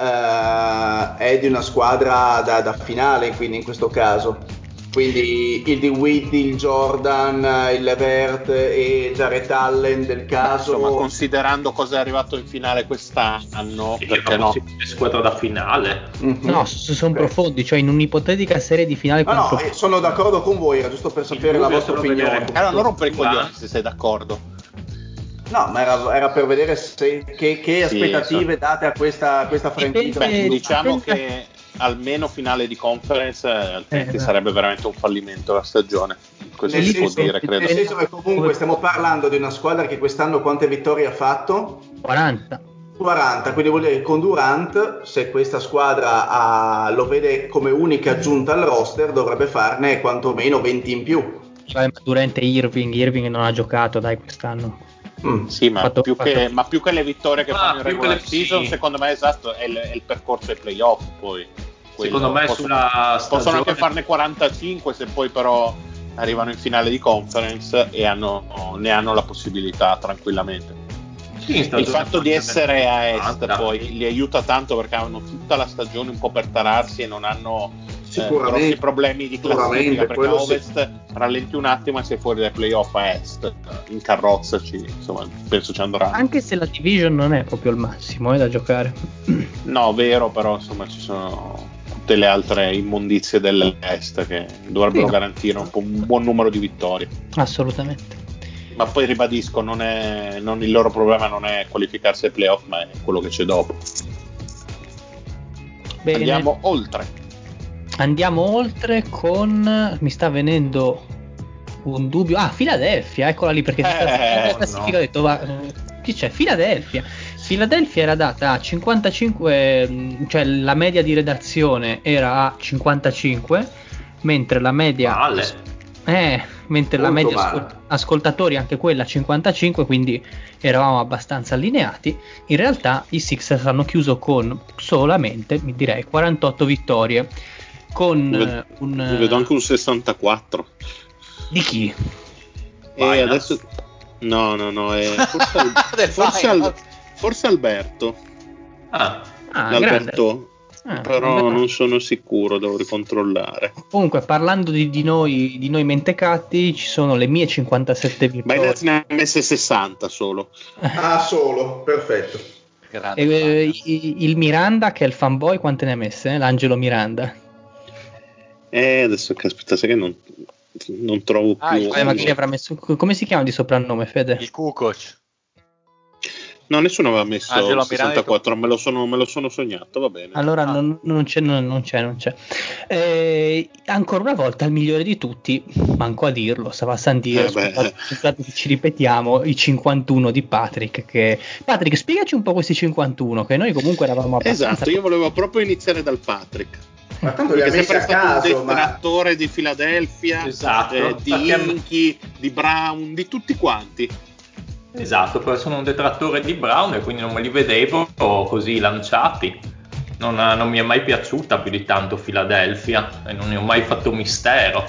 è di una squadra da finale, quindi in questo caso? Quindi il Dinwiddie, il Jordan, il Levert e Jarrett Allen del caso. Insomma, considerando cosa è arrivato in finale quest'anno, perché no? Squadra da finale. No, sono profondi, cioè in un'ipotetica serie di finale. No, sono d'accordo con voi, era giusto per sapere la vostra opinione. Allora non rompere i coglioni se sei d'accordo. No, ma era per vedere che aspettative date a questa franchigia. Diciamo che almeno finale di conference, altrimenti sarebbe veramente un fallimento la stagione. Questo si può dire, credo. Nel senso che comunque stiamo parlando di una squadra che quest'anno quante vittorie ha fatto? 40. 40, quindi vuol dire che con Durant, se questa squadra lo vede come unica aggiunta al roster, dovrebbe farne quantomeno 20 in più. Durant e Irving non ha giocato, dai, quest'anno. Sì, ma più che le vittorie che fanno in regular season, sì. secondo me esatto è il percorso ai playoff. Poi secondo me possono anche farne 45 se poi però arrivano in finale di conference e ne hanno la possibilità tranquillamente. Sì, il fatto di essere a est poi li aiuta tanto perché hanno tutta la stagione un po' per tararsi e non hanno grossi problemi di classifica, perché a ovest rallenti un attimo e sei fuori dai playoff. A est in carrozza insomma penso ci andrà, anche se la division non è proprio il massimo da giocare. No, vero, però insomma ci sono tutte le altre immondizie dell'est che dovrebbero garantire un buon numero di vittorie. Assolutamente. Ma poi ribadisco, il loro problema non è qualificarsi ai playoff, ma è quello che c'è dopo. Bene. Andiamo oltre con... mi sta venendo un dubbio. Philadelphia, eccola lì, perché la classifica ho detto, chi c'è? Philadelphia era data a 55, cioè la media di redazione era a 55, mentre la media la media ascoltatori anche quella 55, quindi eravamo abbastanza allineati. In realtà i Sixers hanno chiuso con solamente, mi direi, 48 vittorie, con vedo anche un 64 di chi? Adesso no è forse Alberto Alberto, però non sono sicuro, devo ricontrollare. Comunque, parlando di noi mentecatti, ci sono le mie 57 vittorie. Bainaz ne ha messe 60 solo. Solo, perfetto. Il Miranda, che è il fanboy, quante ne ha messe? L'Angelo Miranda. Adesso caspita, sai che non trovo più. Ma chi avrà messo? Come si chiama di soprannome, Fede? Il Kukoc. No, nessuno aveva messo 64, me lo sono sognato, va bene. Allora non c'è. Ancora una volta il migliore di tutti, manco a dirlo, stava a San dire, scusate se ci ripetiamo, i 51 di Patrick. Patrick, spiegaci un po' questi 51, che noi comunque eravamo abbastanza... Esatto, io volevo proprio iniziare dal Patrick. Ma tanto li ha messi a caso, un detrattore di Philadelphia, di Inky, di Brown, di tutti quanti. Esatto, perché sono un detrattore di Brown e quindi non me li vedevo così lanciati. Non mi è mai piaciuta più di tanto Philadelphia e non ne ho mai fatto mistero.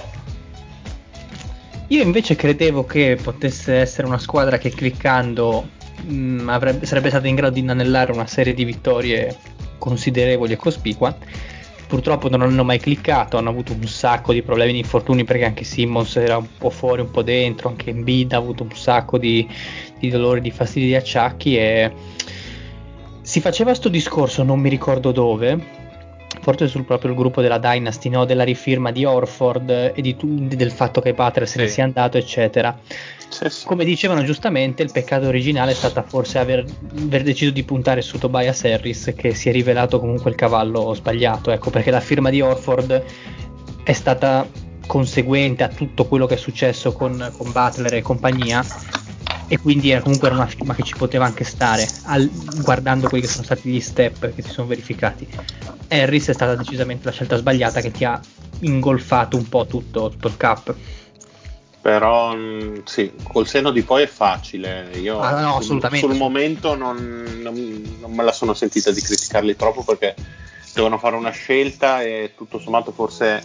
Io invece credevo che potesse essere una squadra che cliccando sarebbe stata in grado di inanellare una serie di vittorie considerevoli e cospicua. Purtroppo non hanno mai cliccato, hanno avuto un sacco di problemi di infortuni, perché anche Simmons era un po' fuori, un po' dentro, anche Embiid ha avuto un sacco di dolori, di fastidi, di acciacchi, e si faceva sto discorso, non mi ricordo dove, forse sul proprio il gruppo della Dynasty, no? Della rifirma di Horford e del fatto che Butler se ne sia andato, eccetera. Come dicevano giustamente, il peccato originale è stata forse aver deciso di puntare su Tobias Harris, che si è rivelato comunque il cavallo sbagliato, ecco, perché la firma di Horford è stata conseguente a tutto quello che è successo con Butler e compagnia, e quindi era una firma che ci poteva anche stare, guardando quelli che sono stati gli step che si sono verificati. Harris è stata decisamente la scelta sbagliata, che ti ha ingolfato un po' tutto il cap. Però sì, col senno di poi è facile. Io sul momento non me la sono sentita di criticarli troppo, perché devono fare una scelta e tutto sommato forse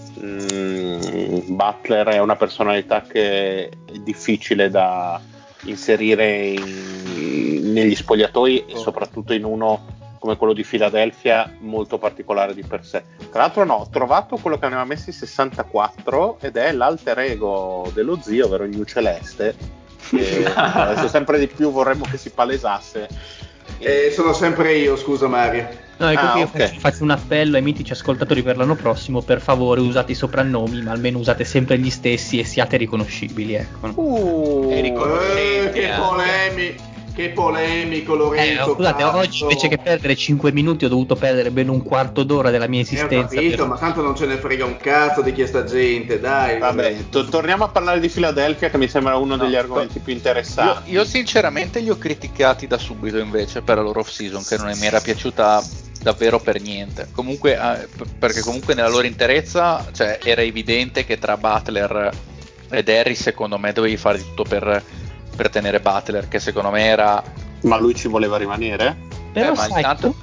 Butler è una personalità che è difficile da inserire negli spogliatoi, e soprattutto in uno come quello di Philadelphia, molto particolare di per sé. Tra l'altro ho trovato quello che aveva messi 64 ed è l'alter ego dello zio, ovvero il New Celeste, e adesso sempre di più vorremmo che si palesasse. Sono sempre io, scusa Mario. No, io faccio un appello ai mitici ascoltatori per l'anno prossimo: per favore usate i soprannomi, ma almeno usate sempre gli stessi e siate riconoscibili, ecco. Che polemi. Che polemico, Lorenzo. Scusate, oggi invece che perdere 5 minuti ho dovuto perdere ben un quarto d'ora della mia esistenza. Ho capito, ma tanto non ce ne frega un cazzo di chi è sta gente, dai. Vabbè, torniamo a parlare di Philadelphia, che mi sembra uno degli argomenti più interessanti. Io sinceramente li ho criticati da subito invece per la loro off-season, che non mi era piaciuta davvero per niente. Comunque, perché comunque nella loro interezza, cioè, era evidente che tra Butler ed Harris secondo me dovevi fare di tutto per tenere Butler, che secondo me era... Ma lui ci voleva rimanere? Però ma sai, intanto,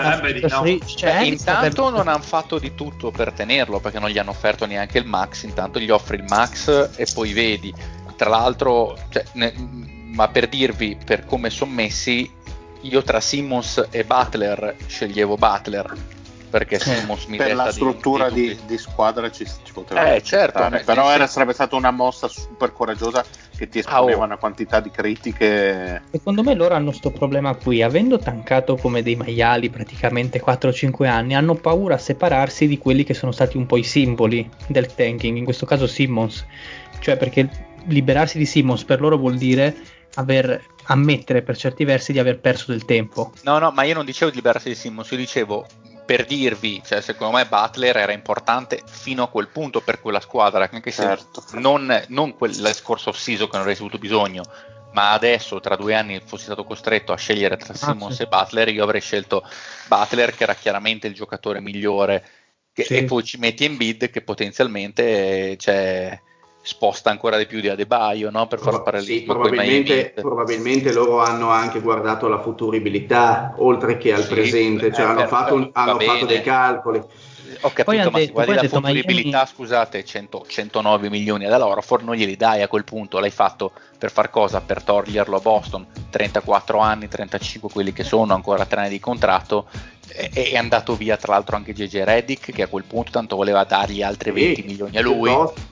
intanto non hanno fatto di tutto per tenerlo, perché non gli hanno offerto neanche il max. Intanto gli offri il max e poi vedi. Tra l'altro, cioè, ma per dirvi, per come sono messi, io tra Simmons e Butler sceglievo Butler, perché Simmons mi per detta la struttura di squadra ci poteva certo, però sarebbe stata una mossa super coraggiosa che ti esponeva una quantità di critiche. Secondo me loro hanno sto problema qui, avendo tancato come dei maiali praticamente 4-5 anni, hanno paura a separarsi di quelli che sono stati un po' i simboli del tanking, in questo caso Simmons, cioè perché liberarsi di Simmons per loro vuol dire ammettere per certi versi di aver perso del tempo. No, ma io non dicevo di liberarsi di Simmons, io dicevo, per dirvi, cioè secondo me Butler era importante fino a quel punto per quella squadra, anche se non quel scorso off-season che non avresti avuto bisogno, ma adesso tra 2 anni fossi stato costretto a scegliere tra Simmons e Butler, io avrei scelto Butler, che era chiaramente il giocatore migliore, e poi ci metti Embiid che potenzialmente sposta ancora di più di Adebayo, no? Per fare un parallelismo con probabilmente loro hanno anche guardato alla futuribilità oltre che al presente, cioè hanno fatto dei calcoli. Ho capito, ma se guardi la futuribilità, scusate, 109 milioni ad Orford non glieli dai a quel punto, l'hai fatto per far cosa? Per toglierlo a Boston, 34 anni, 35 quelli che sono, ancora 3 anni di contratto, è andato via tra l'altro anche JJ Redick, che a quel punto tanto voleva dargli altri 20 milioni a lui,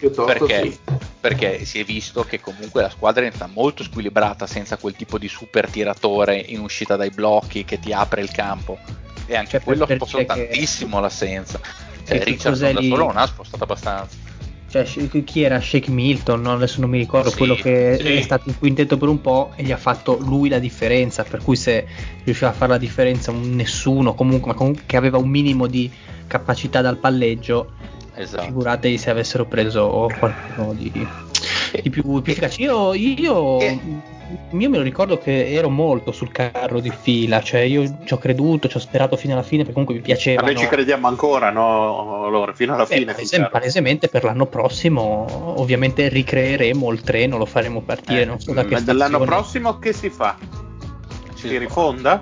perché si è visto che comunque la squadra diventa molto squilibrata senza quel tipo di super tiratore in uscita dai blocchi che ti apre il campo, e anche quello ha spostato tantissimo l'assenza, Richardson da solo non ha spostato abbastanza. Cioè, chi era? Shake Milton, no? Adesso non mi ricordo, quello che è stato in quintetto per un po' e gli ha fatto lui la differenza, per cui se riusciva a fare la differenza nessuno, comunque che aveva un minimo di capacità dal palleggio, figuratevi se avessero preso qualcuno di più efficace. Io me lo ricordo che ero molto sul carro di fila, cioè io ci ho creduto, ci ho sperato fino alla fine, perché comunque mi piaceva. Ma noi ci crediamo ancora, no? Allora, fino alla fine. Palesemente per l'anno prossimo ovviamente ricreeremo il treno, lo faremo partire, non so da che stazione. Dall'anno prossimo che si fa? Si rifonda?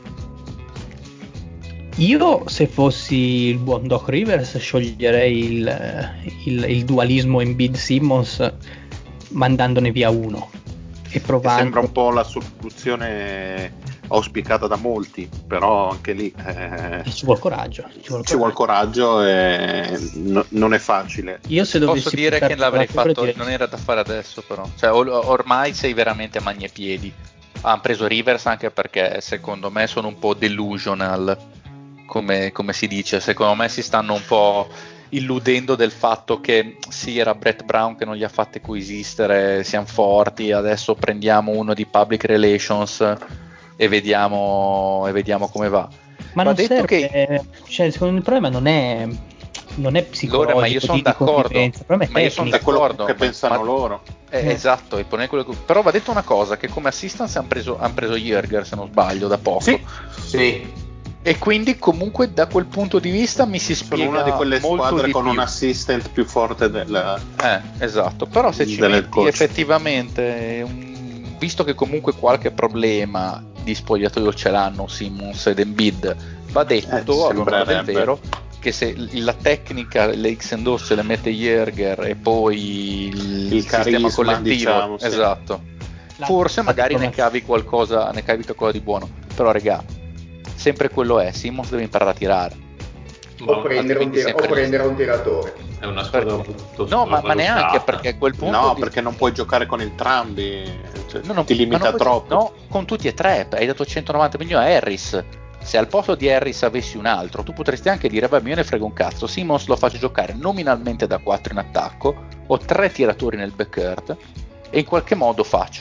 Io, se fossi il buon Doc Rivers, scioglierei il dualismo Embiid-Simmons mandandone via uno e provando. Sembra un po' la soluzione auspicata da molti, però anche lì ci vuol coraggio. Ci vuol coraggio e non è facile. Io se posso dire che l'avrei fatto, non era da fare adesso, però cioè, ormai sei veramente a magnapiedi. Hanno preso Rivers anche perché secondo me sono un po' delusional, come si dice. Secondo me si stanno un po' illudendo del fatto che sì, era Brett Brown che non li ha fatti coesistere, siamo forti, adesso prendiamo uno di public relations e vediamo come va. Ma non detto serve, cioè, secondo me il problema non è psicologico, ma io sono d'accordo, ma io sono d'accordo che pensano loro. Esatto, però va detto una cosa, che come assistance hanno preso Jürger, se non sbaglio, da poco. Sì. E quindi comunque da quel punto di vista mi si spiega una di quelle molto squadre di con più. Un assistant più forte esatto, però se ci metti coach. Effettivamente visto che comunque qualche problema di spogliatoio ce l'hanno Simmons ed Embiid, va detto a l'onore del vero che se la tecnica, le X and O se le mette Jürger e poi il sistema collettivo, diciamo, esatto, forse magari ne cavi qualcosa di buono, però regà, sempre quello è, Simmons deve imparare a tirare o prendere un tiratore. È una squadra ma neanche, perché a quel punto perché non puoi giocare con entrambi, ti limita troppo. No, con tutti e tre hai dato 190 milioni a Harris. Se al posto di Harris avessi un altro, tu potresti anche dire vabbè, io ne frego un cazzo, Simmons lo faccio giocare nominalmente da 4 in attacco, ho 3 tiratori nel backcourt e in qualche modo faccio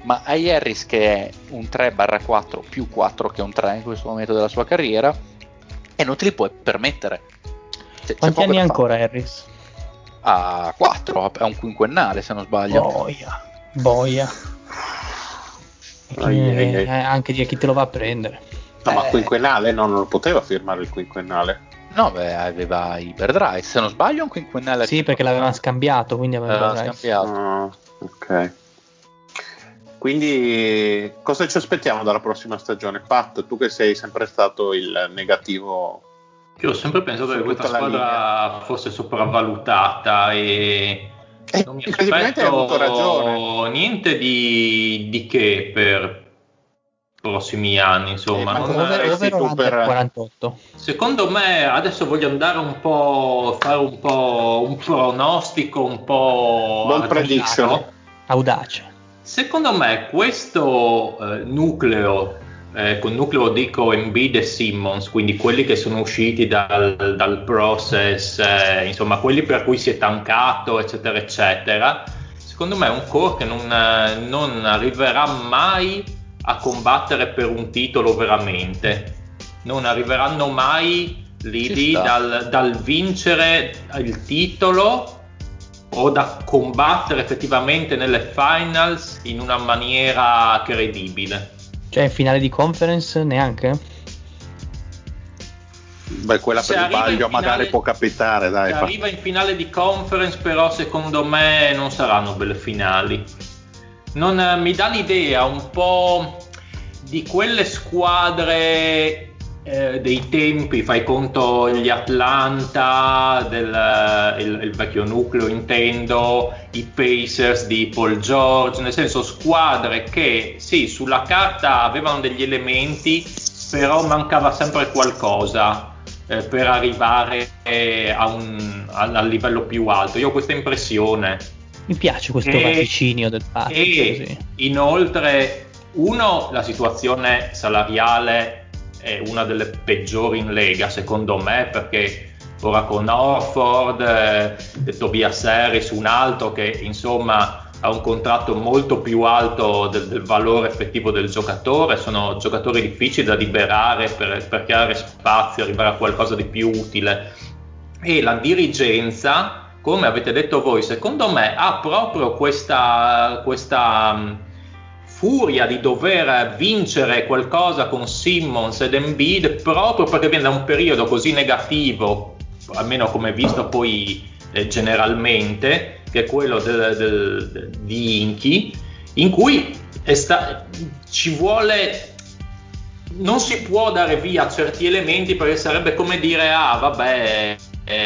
ma hai Harris che è un 3/4 più 4 che un 3 in questo momento della sua carriera e non te li puoi permettere. Quanti anni ha ancora Harris? A 4, è un quinquennale se non sbaglio. Boia. Anche di chi te lo va a prendere. No, ma quinquennale non lo poteva firmare il quinquennale. No, aveva Iberdrice, se non sbaglio è un quinquennale. Sì, perché l'avevano scambiato, quindi aveva scambiato. Ok. Quindi cosa ci aspettiamo dalla prossima stagione? Pat, tu che sei sempre stato il negativo. Io ho sempre pensato che questa squadra fosse sopravvalutata e non mi incredibilmente hai avuto ragione. Niente di che per prossimi anni, insomma. Over 48. Secondo me adesso voglio andare fare un po' un pronostico un po' audace. Secondo me questo nucleo, con nucleo dico Embiid e Simmons, quindi quelli che sono usciti dal process, insomma quelli per cui si è tancato, eccetera, eccetera, secondo me è un core che non arriverà mai a combattere per un titolo veramente. Non arriveranno mai lì dal vincere il titolo o da combattere effettivamente nelle finals in una maniera credibile. Cioè in finale di conference neanche? Beh, quella per il Baglio magari può capitare, dai. Se arriva in finale di conference, però secondo me non saranno belle finali. Non mi dà l'idea un po' di quelle squadre dei tempi, fai conto gli Atlanta il vecchio nucleo intendo, i Pacers di Paul George, nel senso squadre che sì, sulla carta avevano degli elementi, però mancava sempre qualcosa per arrivare al livello più alto. Io ho questa impressione. Mi piace questo vaticinio del fatto. E inoltre, la situazione salariale è una delle peggiori in Lega, secondo me, perché ora con Horford, Tobias Harris, un altro che insomma ha un contratto molto più alto del valore effettivo del giocatore, sono giocatori difficili da liberare per creare spazio, arrivare a qualcosa di più utile. E la dirigenza, come avete detto voi, secondo me ha proprio questa furia di dover vincere qualcosa con Simmons ed Embiid, proprio perché viene da un periodo così negativo, almeno come visto poi generalmente, che è quello di Inchi, in cui ci vuole, non si può dare via certi elementi, perché sarebbe come dire vabbè,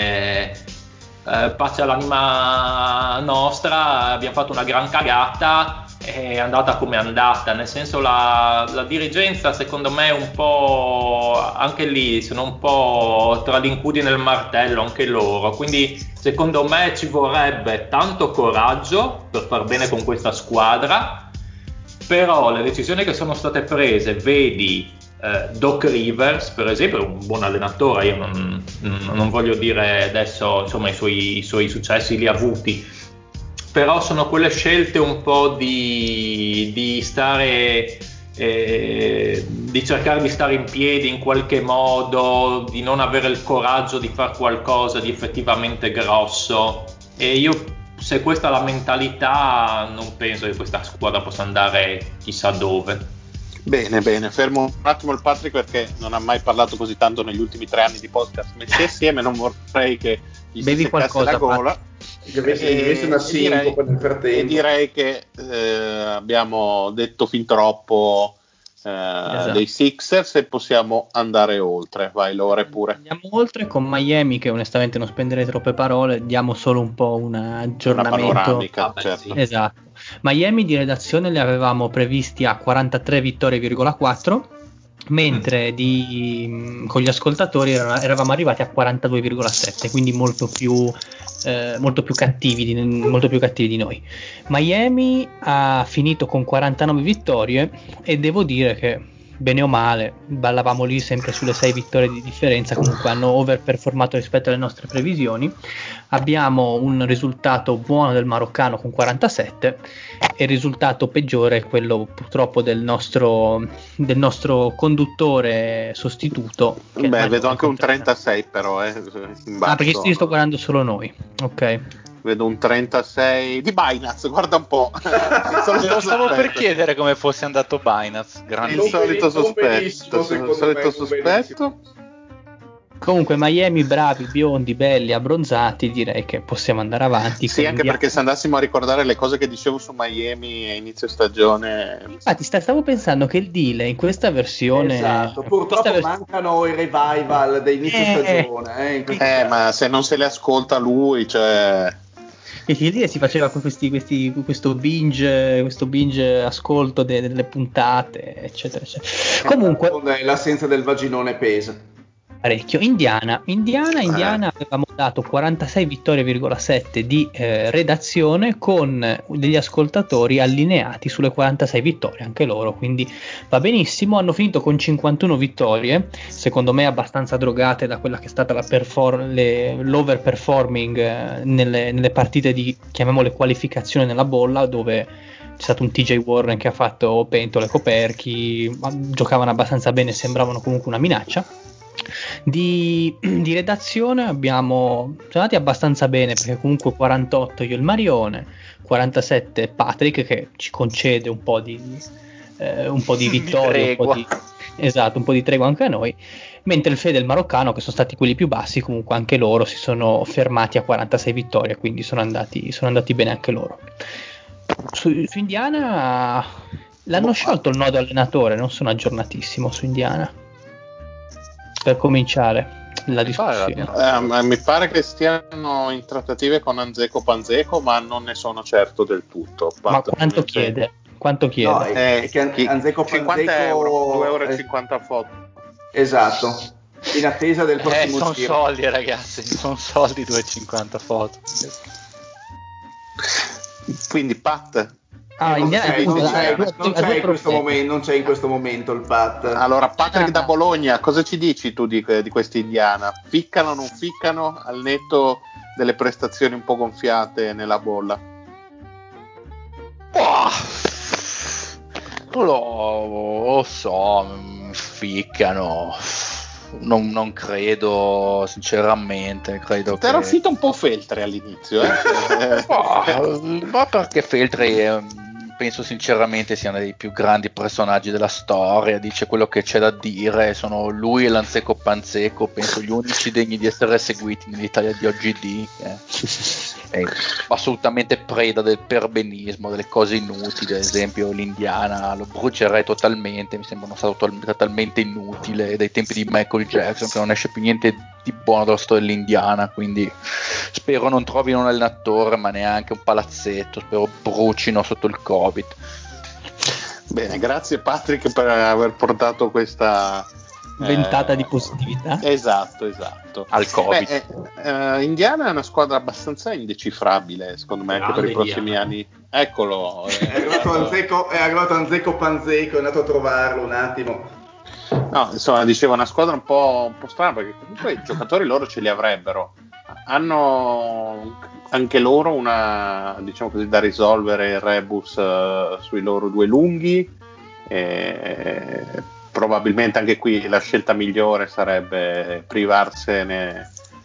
pace all'anima nostra, abbiamo fatto una gran cagata, è andata come è andata, nel senso la dirigenza secondo me è un po', anche lì sono un po' tra l'incudine e il martello anche loro, quindi secondo me ci vorrebbe tanto coraggio per far bene con questa squadra, però le decisioni che sono state prese, vedi Doc Rivers per esempio, è un buon allenatore, io non voglio dire adesso insomma i suoi successi li ha avuti, però sono quelle scelte un po' di stare di cercare di stare in piedi in qualche modo, di non avere il coraggio di fare qualcosa di effettivamente grosso, e io, se questa è la mentalità, non penso che questa squadra possa andare chissà dove. Bene, fermo un attimo il Patrick, perché non ha mai parlato così tanto negli ultimi 3 anni di podcast messi assieme, non vorrei che gli si seccasse la gola. E direi che abbiamo detto fin troppo esatto, dei Sixers, e possiamo andare oltre. Vai Lore pure. Andiamo oltre con Miami, che onestamente non spenderei troppe parole, diamo solo un po' un aggiornamento. Una panoramica, certo. Sì. Esatto. Miami di redazione li avevamo previsti a 43 vittorie,4, mentre con gli ascoltatori eravamo arrivati a 42,7, quindi molto più cattivi di noi. Miami ha finito con 49 vittorie e devo dire che bene o male, ballavamo lì sempre sulle 6 vittorie di differenza, comunque hanno overperformato rispetto alle nostre previsioni. Abbiamo un risultato buono del maroccano con 47 e il risultato peggiore è quello purtroppo del nostro conduttore sostituto. Vedo anche un 36 però in basso. Perché sto guardando solo noi, ok. Vedo un 36 di Binance, guarda un po'. Lo stavo per chiedere come fosse andato Binance. Il solito sospetto. Comunque Miami, bravi, biondi, belli, abbronzati, direi che possiamo andare avanti. Sì, anche perché se andassimo a ricordare le cose che dicevo su Miami a inizio stagione. Infatti stavo pensando che il deal in questa versione... Esatto, purtroppo mancano i revival da inizio stagione. Ma se non se le ascolta lui, cioè... E si faceva questo binge ascolto delle puntate, eccetera, eccetera. Comunque l'assenza del vaginone pesa parecchio. Indiana avevamo dato 46 vittorie,7 di redazione con degli ascoltatori allineati sulle 46 vittorie anche loro, quindi va benissimo. Hanno finito con 51 vittorie, secondo me abbastanza drogate da quella che è stata l'overperforming nelle partite di, chiamiamole, qualificazione nella bolla, dove c'è stato un TJ Warren che ha fatto pentole coperchi, giocavano abbastanza bene, sembravano comunque una minaccia. Di redazione siamo andati abbastanza bene, perché comunque 48 io e il Marione, 47 Patrick, che ci concede un po' di vittorie, un po' di tregua anche a noi, mentre il Fede e il Maroccano, che sono stati quelli più bassi, comunque anche loro si sono fermati a 46 vittorie, quindi sono andati bene anche loro. Su Indiana l'hanno sciolto il nodo allenatore, non sono aggiornatissimo su Indiana. Per cominciare la discussione, mi pare che stiano in trattative con Anzeco Panzeco, ma non ne sono certo del tutto. Ma quanto chiede? No, è che Anzeco 50 euro, 2,50 euro foto. Esatto, in attesa del prossimo sono giro. soldi, ragazzi, sono soldi 2,50 foto. Quindi Pat. Non c'è in questo momento il Pat. Allora, Patrick da Bologna, cosa ci dici tu di questi Indiana? Ficcano o non ficcano al netto delle prestazioni un po' gonfiate nella bolla? Lo so, ficcano. Non credo, sinceramente. Credo che era uscito un po' Feltri all'inizio, ma perché Feltri penso sinceramente siano dei più grandi personaggi della storia, dice quello che c'è da dire, sono lui e l'Anzeco Panzeco, penso gli unici degni di essere seguiti nell'Italia di OGD, è assolutamente preda del perbenismo, delle cose inutili. Ad esempio l'Indiana lo brucerei totalmente, mi sembra uno stato totalmente inutile dai tempi di Michael Jackson, che non esce più niente di buono dalla storia dell'Indiana, quindi spero non trovino un allenatore, ma neanche un palazzetto, spero brucino sotto il Covid. Bene, grazie Patrick per aver portato questa ventata di positività. Esatto. Al Covid. Indiana è una squadra abbastanza indecifrabile, secondo me, anche per i prossimi anni. Eccolo. È arrivato Anzeco Panzeco, è andato a trovarlo un attimo. No, insomma, dicevo, una squadra un po' strana, perché comunque i giocatori loro ce li avrebbero. Hanno anche loro una, diciamo così, da risolvere il rebus sui loro due lunghi. Probabilmente anche qui la scelta migliore sarebbe privarsene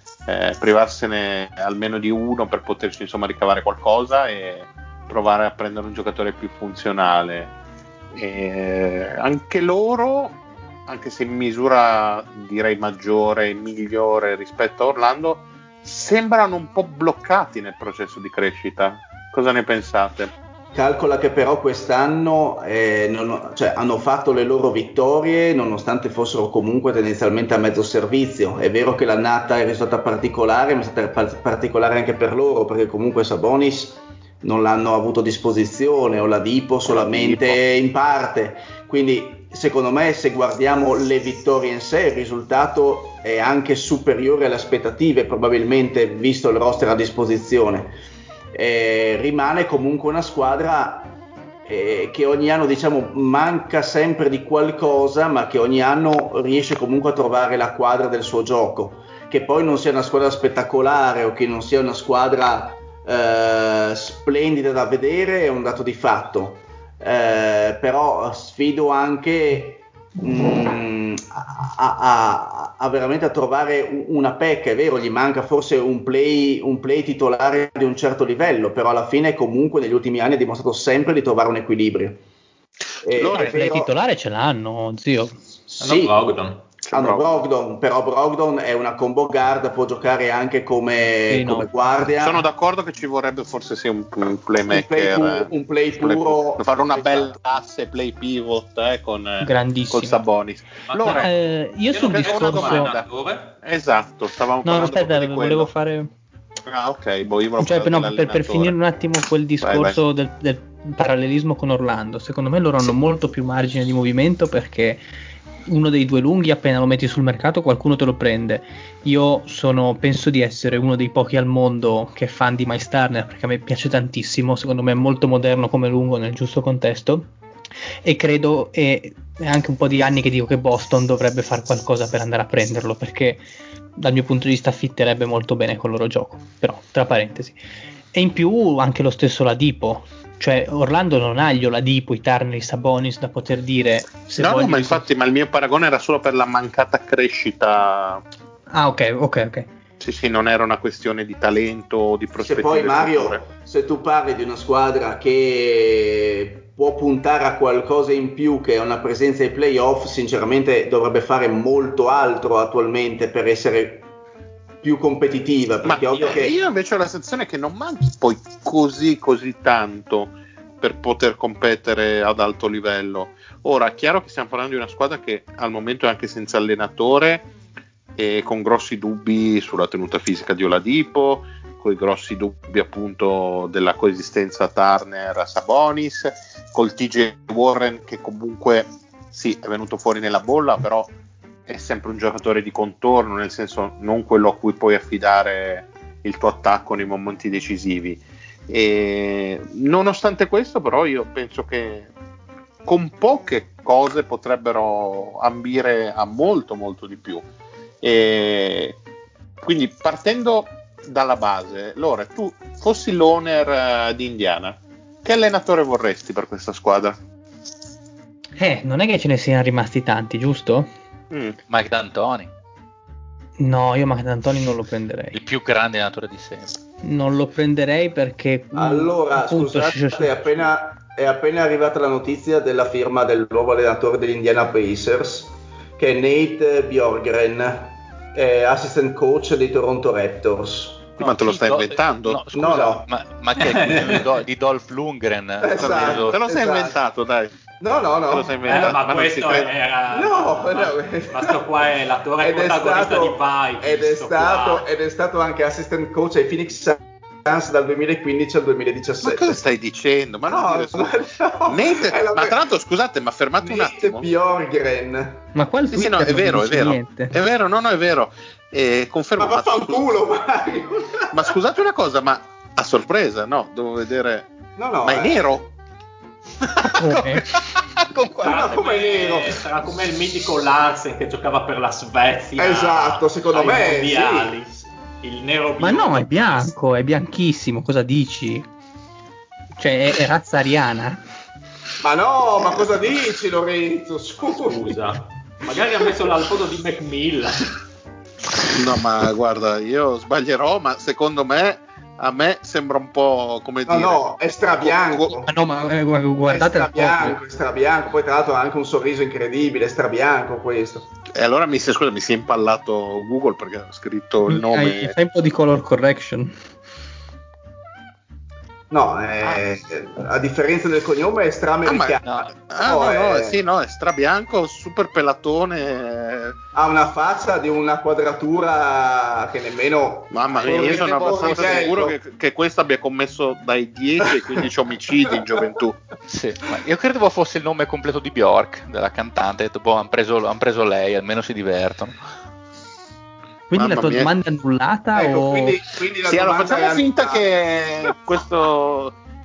almeno di uno per poterci, insomma, ricavare qualcosa e provare a prendere un giocatore più funzionale. Anche loro, anche se in misura direi maggiore e migliore rispetto a Orlando, sembrano un po' bloccati nel processo di crescita. Cosa ne pensate? Calcola che però quest'anno hanno fatto le loro vittorie nonostante fossero comunque tendenzialmente a mezzo servizio. È vero che l'annata è stata particolare, ma è stata particolare anche per loro, perché comunque Sabonis non l'hanno avuto a disposizione, o Ladipo solamente in parte. Quindi secondo me, se guardiamo le vittorie in sé, il risultato è anche superiore alle aspettative, probabilmente, visto il roster a disposizione. Rimane comunque una squadra che ogni anno diciamo manca sempre di qualcosa, ma che ogni anno riesce comunque a trovare la quadra del suo gioco. Che poi non sia una squadra spettacolare o che non sia una squadra splendida da vedere è un dato di fatto, però sfido anche a veramente a trovare una pecca. È vero, gli manca forse un play titolare di un certo livello, però alla fine comunque negli ultimi anni ha dimostrato sempre di trovare un equilibrio. Il play titolare ce l'hanno, zio. Sì, hanno Brogdon, però Brogdon è una combo guard, può giocare anche come guardia. Sono d'accordo che ci vorrebbe forse un playmaker, un play puro, fare una bella asse play pivot con Sabonis. Allora, io sul discorso esatto, stavamo parlando di quello. Volevo fare ok, per finire un attimo quel discorso del parallelismo con Orlando. Secondo me loro hanno molto più margine di movimento, perché uno dei due lunghi appena lo metti sul mercato qualcuno te lo prende. Io penso di essere uno dei pochi al mondo che è fan di Miles Turner, perché a me piace tantissimo, secondo me è molto moderno come lungo nel giusto contesto, e credo, è anche un po' di anni che dico che Boston dovrebbe fare qualcosa per andare a prenderlo, perché dal mio punto di vista fitterebbe molto bene col loro gioco, però tra parentesi. E in più anche lo stesso Ladipo, cioè Orlando non ha gli Oladipo, i Turner, i Sabonis da poter dire ma infatti, ma il mio paragone era solo per la mancata crescita. Ok. Sì, non era una questione di talento o di prospettive. Se poi Mario, se tu parli di una squadra che può puntare a qualcosa in più, che è una presenza ai playoff, sinceramente dovrebbe fare molto altro attualmente per essere più competitiva, perché ovvio che io invece ho la sensazione che non manchi poi così tanto per poter competere ad alto livello. Ora, è chiaro che stiamo parlando di una squadra che al momento è anche senza allenatore e con grossi dubbi sulla tenuta fisica di Oladipo, con i grossi dubbi appunto della coesistenza Turner-Sabonis, col TJ Warren che comunque sì, è venuto fuori nella bolla, però è sempre un giocatore di contorno, nel senso non quello a cui puoi affidare il tuo attacco nei momenti decisivi. E nonostante questo, però, io penso che con poche cose potrebbero ambire a molto di più. E quindi, partendo dalla base, Lore, tu fossi l'owner di Indiana, che allenatore vorresti per questa squadra? Non è che ce ne siano rimasti tanti, giusto? Mike D'Antoni. No, io Mike D'Antoni non lo prenderei. Il più grande allenatore di sempre. Non lo prenderei perché allora, appunto, scusate, è appena arrivata la notizia della firma del nuovo allenatore degli Indiana Pacers, che è Nate Bjorkgren, assistant coach dei Toronto Raptors. Ma te lo stai inventando? No, scusa, no. Ma che è il cugino di Dolph Lundgren? Esatto, te lo sei inventato, dai. No. Te lo sei inventato. Ma questo era. Ma sto qua è l'attore protagonista di Vibe. Ed è stato anche assistant coach ai Phoenix Suns dal 2015 al 2017. Ma cosa stai dicendo? Ma non Nate, ma tra l'altro, scusate, ma fermate un attimo. Bjorkgren. Ma qual sì, no, è vero. Niente. È vero, no, è vero. Confermo. Ma vaffanculo, Mario. Ma scusate una cosa, ma a sorpresa, no? Devo vedere. No. Ma è nero? Come nero? Sarà come il mitico Larsen che giocava per la Svezia. Esatto, secondo me mondiali. Sì. Il nero ma no, è bianco, è bianchissimo, cosa dici? Cioè è razza ariana? Ma no, ma cosa dici, Lorenzo? Scusa, magari ha messo l'alfodo di Macmillan. No, ma guarda, io sbaglierò, ma secondo me a me sembra un po' come dire. No, è strabianco. No, ma guardate, è strabianco. Poi tra l'altro ha anche un sorriso incredibile, è strabianco questo. E allora mi si è impallato Google perché ha scritto il nome. Fai un po' di color correction. No, a differenza del cognome è stra-americano. È strabianco, super pelatone. Ha una faccia di una quadratura che nemmeno. Mamma mia, io sono abbastanza sicuro che questo abbia commesso dai 10 ai 15 omicidi in gioventù. Sì, ma io credevo fosse il nome completo di Bjork, della cantante. Ho detto, hanno preso lei, almeno si divertono. Quindi la tua domanda è annullata? Ecco, o... quindi la sì, allora domanda facciamo finta che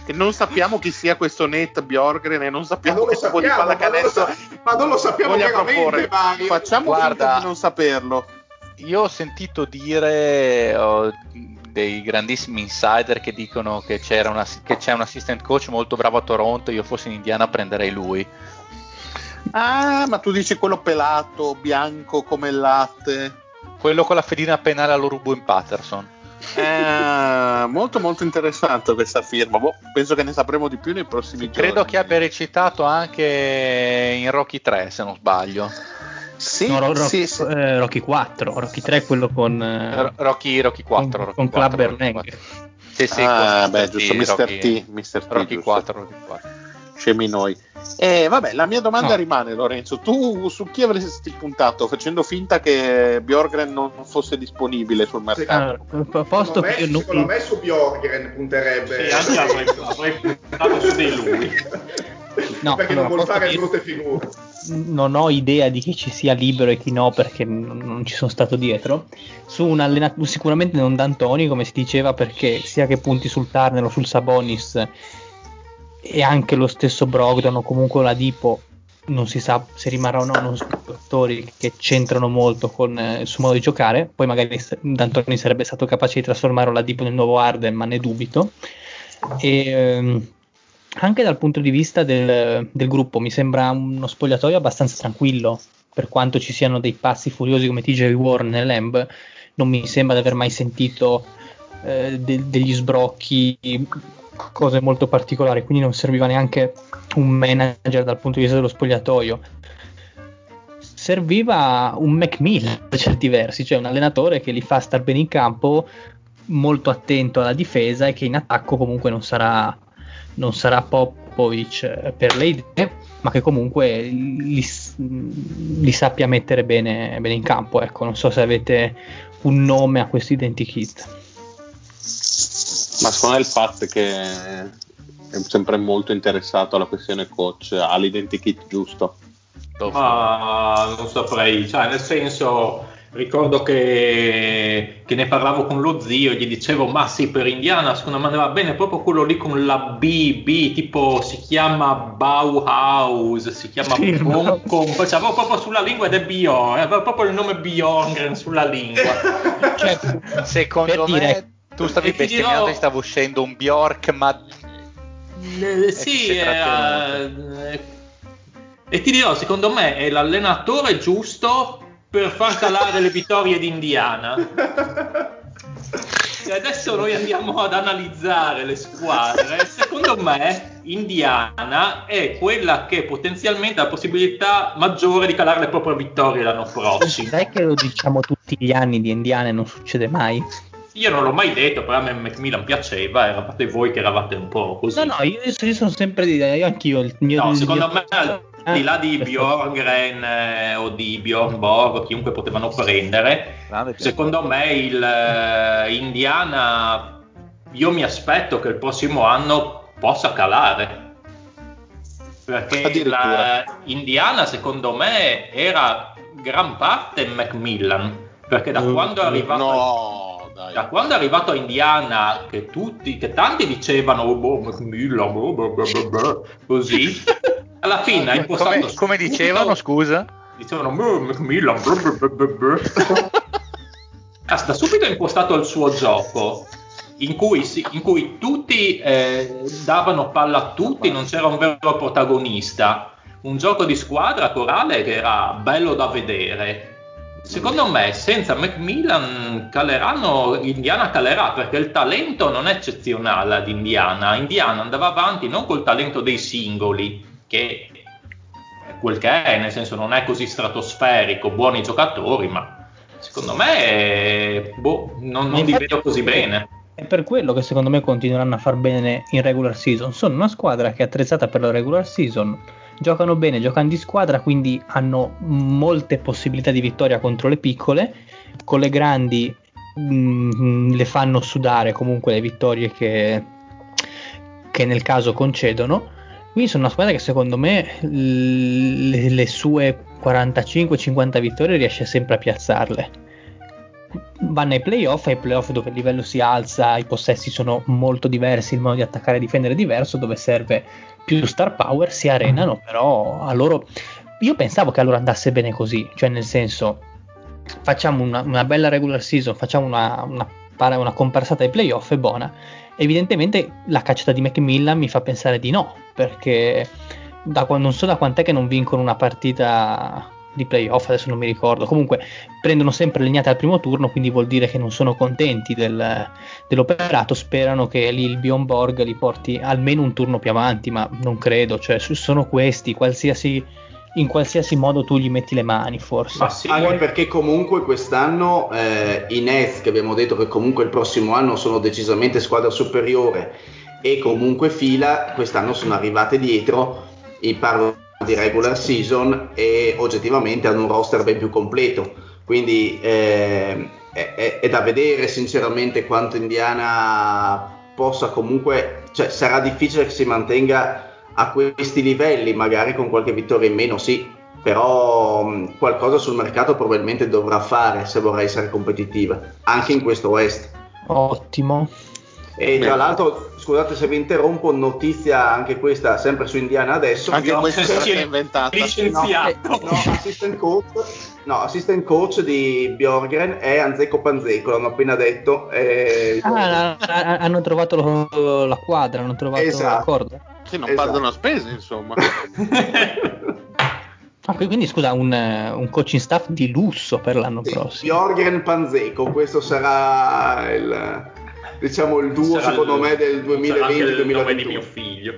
e non sappiamo chi sia questo Nate Bjorkgren e non sappiamo che tipo di pallacanestro ma non lo sappiamo veramente, Mario. Facciamo finta di non saperlo. Io ho sentito dire dei grandissimi insider che dicono che c'è un assistant coach molto bravo a Toronto. Io fossi in Indiana prenderei lui. Ah, ma tu dici quello pelato, bianco come il latte, quello con la fedina penale allo Ruben Patterson. Molto molto interessante questa firma. Penso che ne sapremo di più nei prossimi giorni. Credo che abbia recitato anche in Rocky 3, se non sbaglio. Sì, no, Rocky 4, Rocky 3 è quello con Rocky 4 con Clubber Lang. Sì, giusto, Mr. T, Rocky giusto. 4. Scemi noi. Vabbè, la mia domanda rimane, Lorenzo, tu su chi avresti puntato facendo finta che Bjorkgren non fosse disponibile sul mercato? Secondo me su Bjorkgren punterebbe. Sì, anche avrei puntato su di lui. No, perché non vuol fare brutte figure. Non ho idea di chi ci sia libero e chi no, perché non ci sono stato dietro. Su un allenatore sicuramente non D'Antoni, come si diceva, perché sia che punti sul Turner o sul Sabonis e anche lo stesso Brogdon o comunque Oladipo, non si sa se rimarrà o no, non sono giocatori che c'entrano molto con il suo modo di giocare. Poi magari D'Antoni sarebbe stato capace di trasformare Oladipo nel nuovo Harden, ma ne dubito. E anche dal punto di vista del gruppo mi sembra uno spogliatoio abbastanza tranquillo, per quanto ci siano dei passi furiosi come TJ Warren e Lamb. Non mi sembra di aver mai sentito degli sbrocchi, cose molto particolari, quindi non serviva neanche un manager dal punto di vista dello spogliatoio. Serviva un McMillan per certi versi, cioè un allenatore che li fa star bene in campo, molto attento alla difesa, e che in attacco comunque non sarà Popovic per le idee, ma che comunque li sappia mettere bene in campo. Ecco, non so se avete un nome a questo identikit. Ma secondo me il fatto è che è sempre molto interessato alla questione coach, ha l'identikit giusto. Ma non saprei, cioè nel senso, ricordo che ne parlavo con lo zio e gli dicevo ma sì, per Indiana secondo me andava bene proprio quello lì con la B, tipo si chiama Bauhaus, si chiama Boncom, poi c'avevo proprio sulla lingua ed è Bjorn, aveva proprio il nome Bjorn sulla lingua. Cioè, secondo me tu stavi bestemmiando e stava uscendo un Bjork, ma sì, e ti dirò, secondo me è l'allenatore giusto per far calare le vittorie di Indiana. E adesso noi andiamo ad analizzare le squadre. Secondo me Indiana è quella che potenzialmente ha la possibilità maggiore di calare le proprie vittorie l'anno prossimo. Sai che lo diciamo tutti gli anni di Indiana e non succede mai? Io non l'ho mai detto, però a me McMillan piaceva, eravate voi che eravate un po' così. No, io sono sempre anch'io il mio. No, secondo me al di là di Bjorkgren o di Bjorn Borg, chiunque potevano prendere, secondo me il Indiana, io mi aspetto che il prossimo anno possa calare, perché Indiana secondo me era gran parte McMillan, perché da quando è arrivato da quando è arrivato a Indiana che tanti dicevano McMillan così, alla fine ha impostato come dicevano, scusa? Dicevano McMillan da subito ha impostato il suo gioco in cui tutti davano palla a tutti, non c'era un vero protagonista, un gioco di squadra corale che era bello da vedere. Secondo me senza McMillan Indiana calerà, perché il talento non è eccezionale ad Indiana andava avanti non col talento dei singoli, che è quel che è, nel senso non è così stratosferico, buoni giocatori, ma secondo me non li vedo così bene. È per quello che secondo me continueranno a far bene in regular season. Sono una squadra che è attrezzata per la regular season, giocano bene, giocano di squadra, quindi hanno molte possibilità di vittoria contro le piccole. Con le grandi le fanno sudare comunque le vittorie che nel caso concedono. Quindi sono una squadra che secondo me le sue 45-50 vittorie riesce sempre a piazzarle. vanno ai playoff, dove il livello si alza, i possessi sono molto diversi, il modo di attaccare e difendere è diverso, dove serve più star power, si arenano, però a loro, io pensavo che a loro andasse bene così, cioè nel senso, facciamo una bella regular season, facciamo una comparsata ai playoff, è buona. Evidentemente la cacciata di Macmillan mi fa pensare di no, perché non so da quant'è che non vincono una partita di playoff, adesso non mi ricordo, comunque prendono sempre legnate al primo turno, quindi vuol dire che non sono contenti dell'operato, sperano che lì il Bjorn Borg li porti almeno un turno più avanti, ma non credo, cioè sono questi, in qualsiasi modo tu gli metti le mani, forse. Ma sì, anche perché comunque quest'anno i Nets, che abbiamo detto che comunque il prossimo anno sono decisamente squadra superiore e comunque fila, quest'anno sono arrivate dietro, parlo di regular season, e oggettivamente hanno un roster ben più completo, quindi è da vedere sinceramente quanto Indiana possa comunque, cioè sarà difficile che si mantenga a questi livelli, magari con qualche vittoria in meno, sì, però qualcosa sul mercato probabilmente dovrà fare se vorrà essere competitiva anche in questo West. Ottimo. E tra l'altro, scusate se vi interrompo, notizia anche questa sempre su Indiana adesso, anche questa è stata inventata, licenziato. assistant coach di Bjorgren è Anzeco Panzeco, l'hanno appena detto, hanno trovato la quadra, hanno trovato l'accordo. Sì, non perdono a spese, insomma. Quindi scusa, un coaching staff di lusso per l'anno prossimo. Bjorgren Panzeco, questo sarà il duo, secondo me, del 2020-2021. Il nome di mio figlio.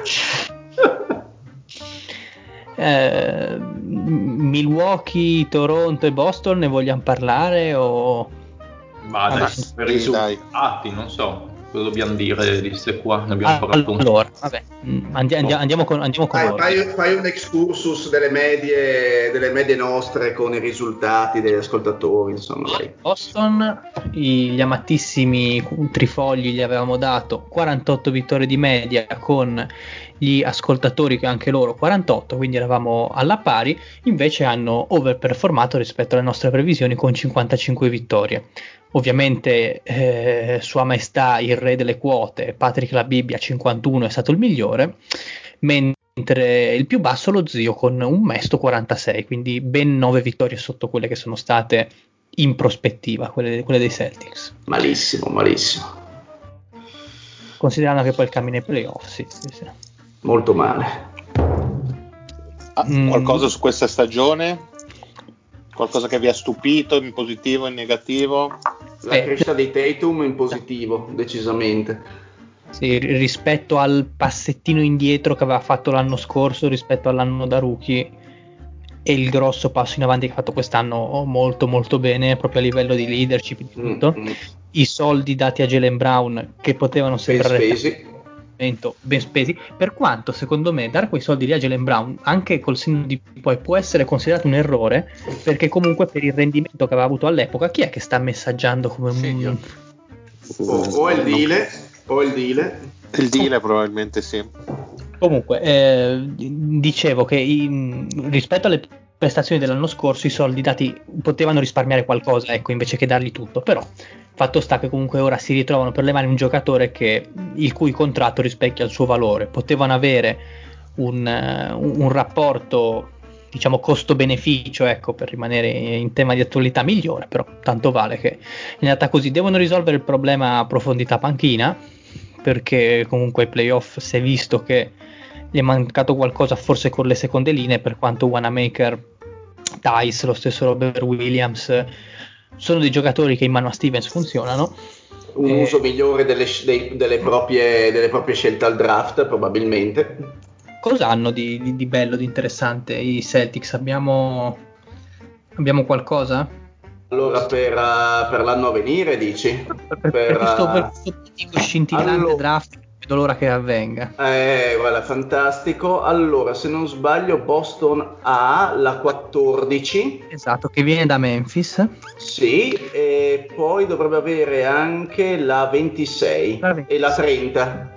Milwaukee, Toronto e Boston, ne vogliamo parlare o? Per i risultati, non so. Cosa dobbiamo dire di queste qua? Ne abbiamo parlato un po'. Allora, vabbè, andiamo con fai un excursus delle medie nostre con i risultati degli ascoltatori, insomma. Boston, gli amatissimi trifogli gli avevamo dato 48 vittorie di media, con gli ascoltatori che anche loro 48, quindi eravamo alla pari. Invece hanno overperformato rispetto alle nostre previsioni con 55 vittorie. Ovviamente Sua Maestà, il re delle quote, Patrick La Bibbia 51 è stato il migliore, mentre il più basso lo zio con un mesto 46, quindi ben 9 vittorie sotto quelle che sono state in prospettiva, quelle dei Celtics. Malissimo. Considerando che poi il cammino ai playoff, sì. Molto male. Qualcosa su questa stagione? Qualcosa che vi ha stupito in positivo, in negativo? La crescita di Tatum in positivo, decisamente. Sì, rispetto al passettino indietro che aveva fatto l'anno scorso rispetto all'anno da rookie, e il grosso passo in avanti che ha fatto quest'anno molto molto bene, proprio a livello di leadership, di tutto. I soldi dati a Jaylen Brown, che potevano sembrare ben spesi, per quanto secondo me dare quei soldi lì a Jaylen Brown, anche col senno di poi, può essere considerato un errore, perché comunque per il rendimento che aveva avuto all'epoca, chi è che sta messaggiando come o il deal? Il deal probabilmente sì. Comunque dicevo che rispetto alle prestazioni dell'anno scorso i soldi dati potevano risparmiare qualcosa, ecco, invece che darli tutto. Però fatto sta che comunque ora si ritrovano per le mani un giocatore il cui contratto rispecchia il suo valore. Potevano avere un rapporto, diciamo, costo-beneficio, ecco, per rimanere in tema di attualità migliore, però tanto vale che è andata così. Devono risolvere il problema profondità panchina, perché comunque ai playoff si è visto che gli è mancato qualcosa, forse con le seconde linee, per quanto Wanamaker, Tice, lo stesso Robert Williams sono dei giocatori che in mano a Stevens funzionano. Un uso migliore delle proprie scelte al draft, probabilmente. Cosa hanno di bello, di interessante i Celtics? Abbiamo qualcosa? Allora, per l'anno a venire, dici? Per questo scintillante draft, vedo l'ora che avvenga. Guarda, fantastico. Allora, se non sbaglio, Boston ha la 14. Esatto, che viene da Memphis. Sì, e poi dovrebbe avere anche la 26 e la 30.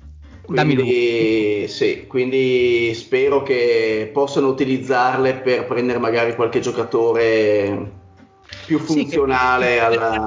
Quindi spero che possano utilizzarle per prendere magari qualche giocatore più funzionale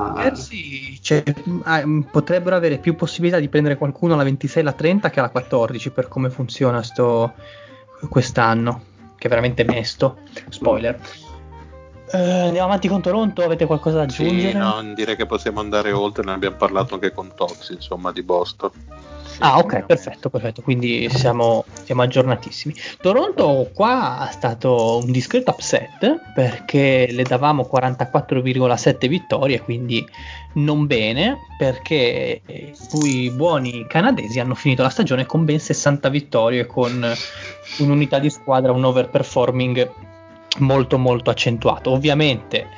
potrebbero avere più possibilità di prendere qualcuno alla 26, alla 30 che alla 14 per come funziona quest'anno, che è veramente mesto. Spoiler. Andiamo avanti con Toronto, avete qualcosa da aggiungere? Sì, no, direi che possiamo andare oltre, ne abbiamo parlato anche con Tox, insomma, di Boston. Ok, perfetto, quindi siamo aggiornatissimi. Toronto qua è stato un discreto upset perché le davamo 44,7 vittorie, quindi non bene, perché i buoni canadesi hanno finito la stagione con ben 60 vittorie, con un'unità di squadra, un overperforming molto molto accentuato. Ovviamente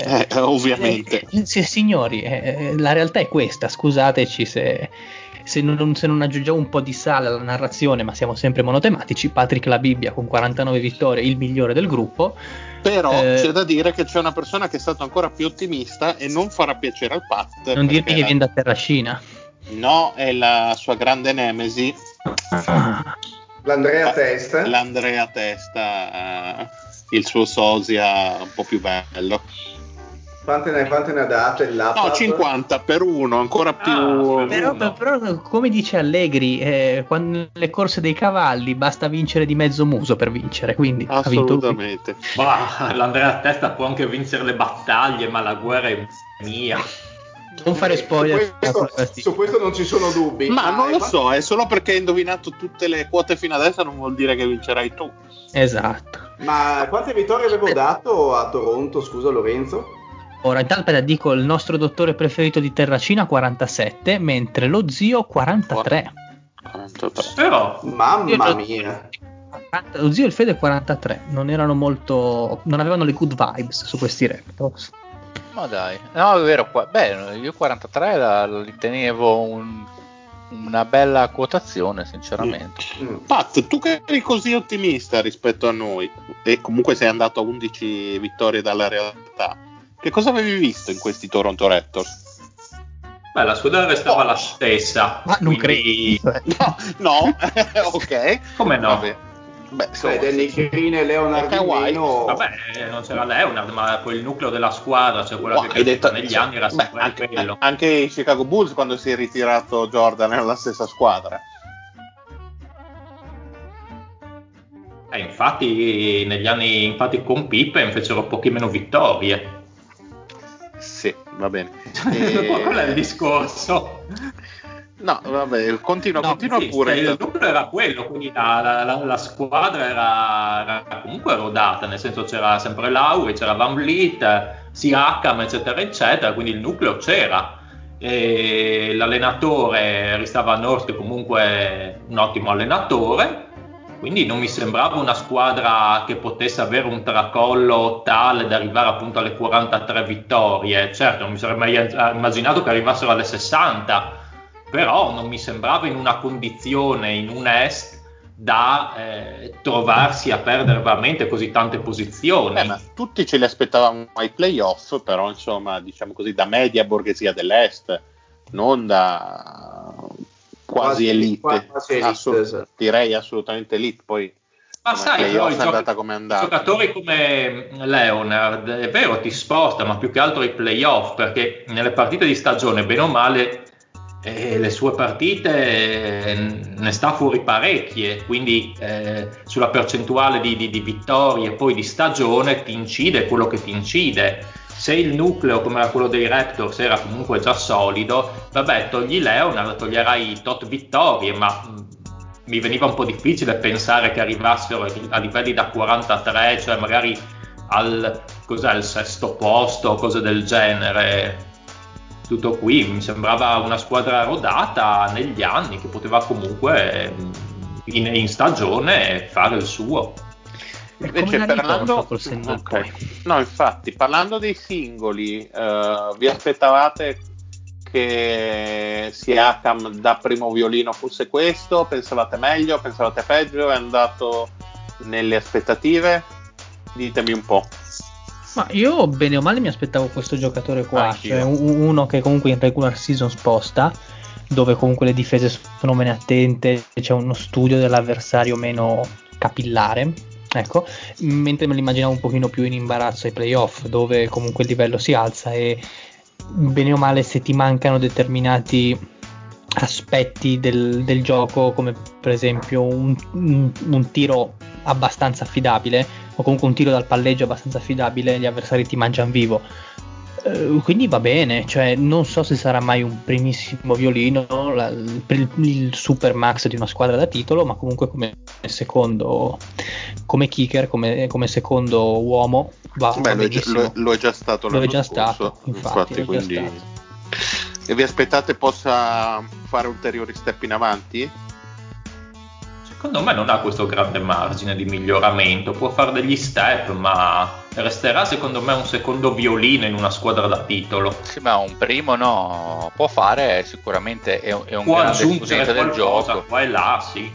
signori, la realtà è questa, scusateci se non aggiungiamo un po' di sale alla narrazione, ma siamo sempre monotematici. Patrick La Bibbia con 49 vittorie, il migliore del gruppo. Però c'è da dire che c'è una persona che è stata ancora più ottimista e non farà piacere al Pat. Non dirmi che viene da Terracina. No, è la sua grande nemesi. L'Andrea Testa, il suo sosia un po' più bello. Quante ne ha date? No, 50 per uno, ancora più. Però, come dice Allegri, quando le corse dei cavalli basta vincere di mezzo muso per vincere, quindi assolutamente. L'Andrea Testa può anche vincere le battaglie, ma la guerra è mia. Non fare spoiler. Su questo non ci sono dubbi. Ma non lo so, è solo perché hai indovinato tutte le quote fino adesso non vuol dire che vincerai tu. Esatto. Ma quante vittorie avevo dato a Toronto, scusa Lorenzo? Ora, intanto dico il nostro dottore preferito di Terracina 47, mentre lo zio 43. 43. Però mamma mia. Lo zio e il Fede 43, non avevano le good vibes su questi Raptors. Ma dai, no, è vero, io 43 la ritenevo una bella quotazione, sinceramente. Pat, tu che eri così ottimista rispetto a noi e comunque sei andato a 11 vittorie dalla realtà, che cosa avevi visto in questi Toronto Raptors? La squadra restava la stessa. Ma non credi? No. Ok. Come no? Vabbè. Danny Green e Leonard meno. Vabbè, non c'era Leonard, ma poi il nucleo della squadra, cioè quella che detto, negli anni era sempre quello. Anche i Chicago Bulls, quando si è ritirato Jordan, era la stessa squadra. Infatti negli anni con Pippen fecero poche meno vittorie. Sì, va bene. Quello è il discorso. No, vabbè, continua pure. Il nucleo era quello, quindi la squadra era comunque rodata, nel senso c'era sempre Lowry, c'era Van Vliet, Siakam, eccetera, eccetera, quindi il nucleo c'era. E l'allenatore restava Nurse, che comunque è un ottimo allenatore, quindi non mi sembrava una squadra che potesse avere un tracollo tale da arrivare appunto alle 43 vittorie. Certo, non mi sarei mai immaginato che arrivassero alle 60, però non mi sembrava in una condizione, in un est, da trovarsi a perdere veramente così tante posizioni. Ma tutti ce li aspettavamo ai playoff, però insomma, diciamo così, da media borghesia dell'est, non da quasi elite. Esatto. Direi assolutamente elite. Poi ma sai, però è andata come è andata. Giocatori come Leonard, è vero, ti sposta, ma più che altro i playoff, perché nelle partite di stagione, bene o male, le sue partite ne sta fuori parecchie, quindi sulla percentuale di vittorie e poi di stagione ti incide quello che ti incide. Se il nucleo, come era quello dei Raptors, era comunque già solido, vabbè, togli Leonard, toglierai tot vittorie, ma mi veniva un po' difficile pensare che arrivassero a livelli da 43, cioè magari al sesto posto o cose del genere. Tutto qui, mi sembrava una squadra rodata negli anni che poteva comunque in stagione fare il suo. Invece parlando dei singoli, vi aspettavate che Siakam da primo violino fosse questo? Pensavate meglio? Pensavate peggio? È andato nelle aspettative? Ditemi un po'. Ma io bene o male mi aspettavo questo giocatore qua, cioè uno che comunque in regular season sposta, dove comunque le difese sono meno attente, c'è uno studio dell'avversario meno capillare, Ecco, mentre me lo immaginavo un pochino più in imbarazzo ai playoff, dove comunque il livello si alza e bene o male se ti mancano determinati aspetti del gioco, come per esempio un tiro abbastanza affidabile o comunque un tiro dal palleggio abbastanza affidabile, gli avversari ti mangiano vivo. Quindi va bene, cioè non so se sarà mai un primissimo violino, il super max di una squadra da titolo, ma comunque come secondo, come kicker, come secondo uomo va benissimo. Lo è già stato l'anno scorso, infatti quindi... E vi aspettate possa fare ulteriori step in avanti? Secondo me non ha questo grande margine di miglioramento, può fare degli step, ma resterà secondo me un secondo violino in una squadra da titolo. Sì, ma un primo no, può fare sicuramente, è un può grande aggiungere studente del gioco. Qua e là, sì.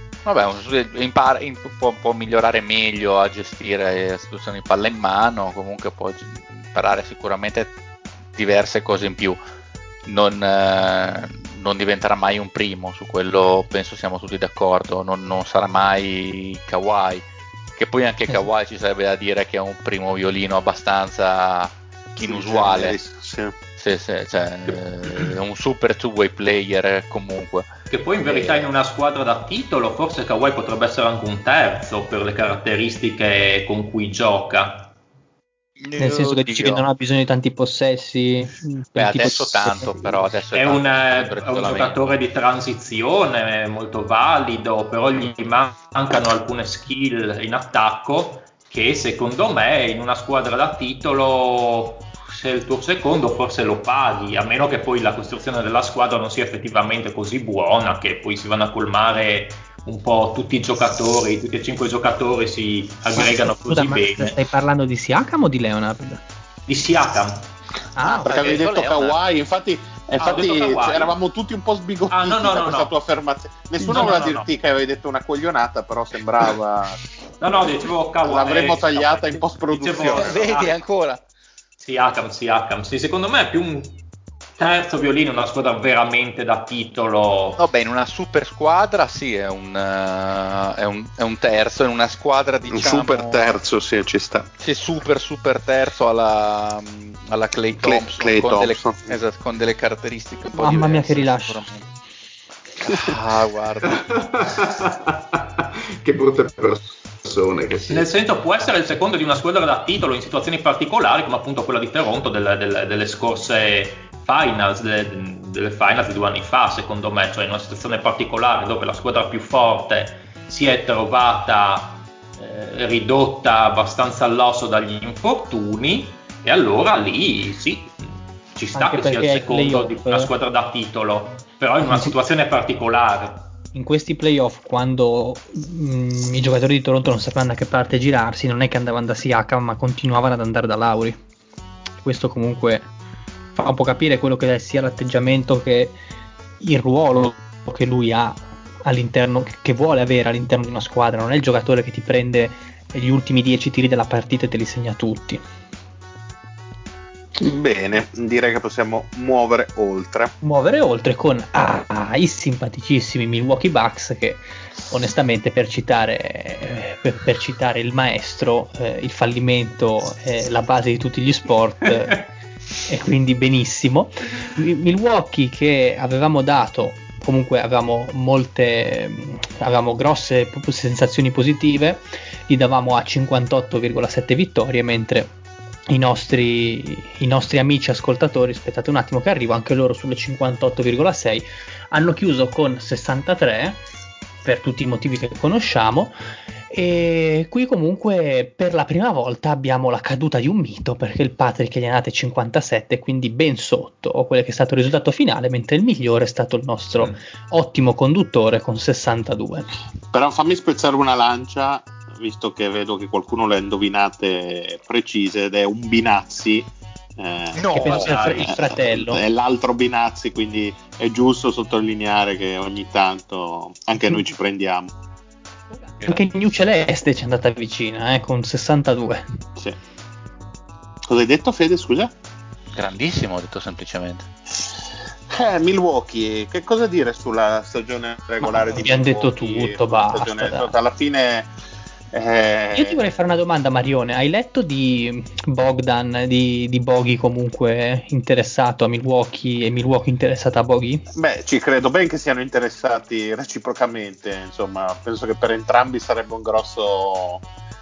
Vabbè, può migliorare meglio a gestire la situazione di palla in mano, comunque può imparare sicuramente diverse cose in più. Non diventerà mai un primo, su quello penso siamo tutti d'accordo, non sarà mai Kawhi, che poi anche Kawhi ci sarebbe da dire che è un primo violino abbastanza inusuale, sì, cioè, è un super two-way player comunque. Che poi in verità in una squadra da titolo forse Kawhi potrebbe essere anche un terzo per le caratteristiche con cui gioca. Nel senso che dici che non ha bisogno di tanti possessi. Adesso tanto, però adesso è un giocatore di transizione molto valido, però gli mancano alcune skill in attacco che secondo me in una squadra da titolo, se è il tuo secondo, forse lo paghi, a meno che poi la costruzione della squadra non sia effettivamente così buona che poi si vanno a colmare un po' tutti i giocatori, tutti e 5 giocatori si aggregano così bene. Stai parlando di Siakam o di Leonard? Di Siakam. Perché avevi detto Kawhi, infatti cioè, eravamo tutti un po' sbigottiti da questa tua affermazione. Nessuno voleva dirti che avevi detto una coglionata, però sembrava... No, dicevo Kawhi. L'avremmo tagliata in post-produzione. Vedi ancora? Siakam, sì, secondo me è più un terzo violino, una squadra veramente da titolo. Vabbè, in una super squadra sì, è un terzo, in una squadra diciamo... Un super terzo, sì, ci sta. Sì, super terzo alla Klay Thompson, con delle caratteristiche un po' Mamma diverse. Mia che rilascio. Guarda. Che brutte persone che Nel senso, può essere il secondo di una squadra da titolo in situazioni particolari, come appunto quella di Toronto delle scorse finals, delle finals di 2 anni fa, secondo me, cioè in una situazione particolare dove la squadra più forte si è trovata ridotta abbastanza all'osso dagli infortuni, e allora lì sì, ci sta anche che sia il secondo playoff, di una squadra da titolo, però in una situazione particolare. In questi playoff, quando i giocatori di Toronto non sapevano da che parte girarsi, non è che andavano da Siakam, ma continuavano ad andare da Lauri. Questo comunque fa un po' capire quello che è sia l'atteggiamento che il ruolo che lui ha all'interno, che vuole avere all'interno di una squadra. Non è il giocatore che ti prende gli ultimi 10 tiri della partita e te li segna tutti. Bene, direi che possiamo muovere oltre con i simpaticissimi Milwaukee Bucks, che onestamente per citare il maestro, il fallimento è la base di tutti gli sport. E quindi benissimo. Milwaukee, che avevamo dato, comunque avevamo grosse sensazioni positive, li davamo a 58,7 vittorie, mentre i nostri amici ascoltatori, aspettate un attimo che arrivo, anche loro sulle 58,6, hanno chiuso con 63 per tutti i motivi che conosciamo. E qui comunque per la prima volta abbiamo la caduta di un mito, perché il Patrick gli ha date 57, quindi ben sotto quello che è stato il risultato finale, mentre il migliore è stato il nostro ottimo conduttore con 62. Però fammi spezzare una lancia, visto che vedo che qualcuno le ha indovinate precise, ed è un Binazzi, che penso sia il fratello, è l'altro Binazzi, quindi è giusto sottolineare che ogni tanto anche noi ci prendiamo. Anche New Celeste ci è andata vicina, con 62. Sì. Cosa hai detto, Fede, scusa? Grandissimo, ho detto semplicemente. Milwaukee, che cosa dire sulla stagione regolare di Milwaukee? Abbiamo detto tutto, basta. Alla fine Io ti vorrei fare una domanda, Marione. Hai letto di Bogdan, di Boghi comunque interessato a Milwaukee e Milwaukee interessata a Boghi? Beh, ci credo ben che siano interessati reciprocamente, insomma, penso che per entrambi sarebbe un grosso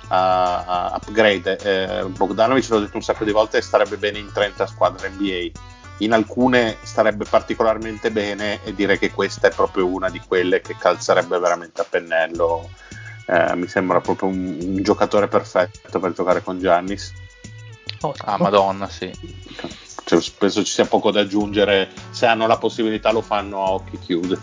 upgrade. Bogdanovic l'ho detto un sacco di volte, starebbe bene in 30 squadre NBA. In alcune starebbe particolarmente bene e direi che questa è proprio una di quelle che calzerebbe veramente a pennello. Mi sembra proprio un giocatore perfetto per giocare con Giannis. Ah, Madonna, sì. Cioè, penso ci sia poco da aggiungere. Se hanno la possibilità lo fanno a occhi chiusi.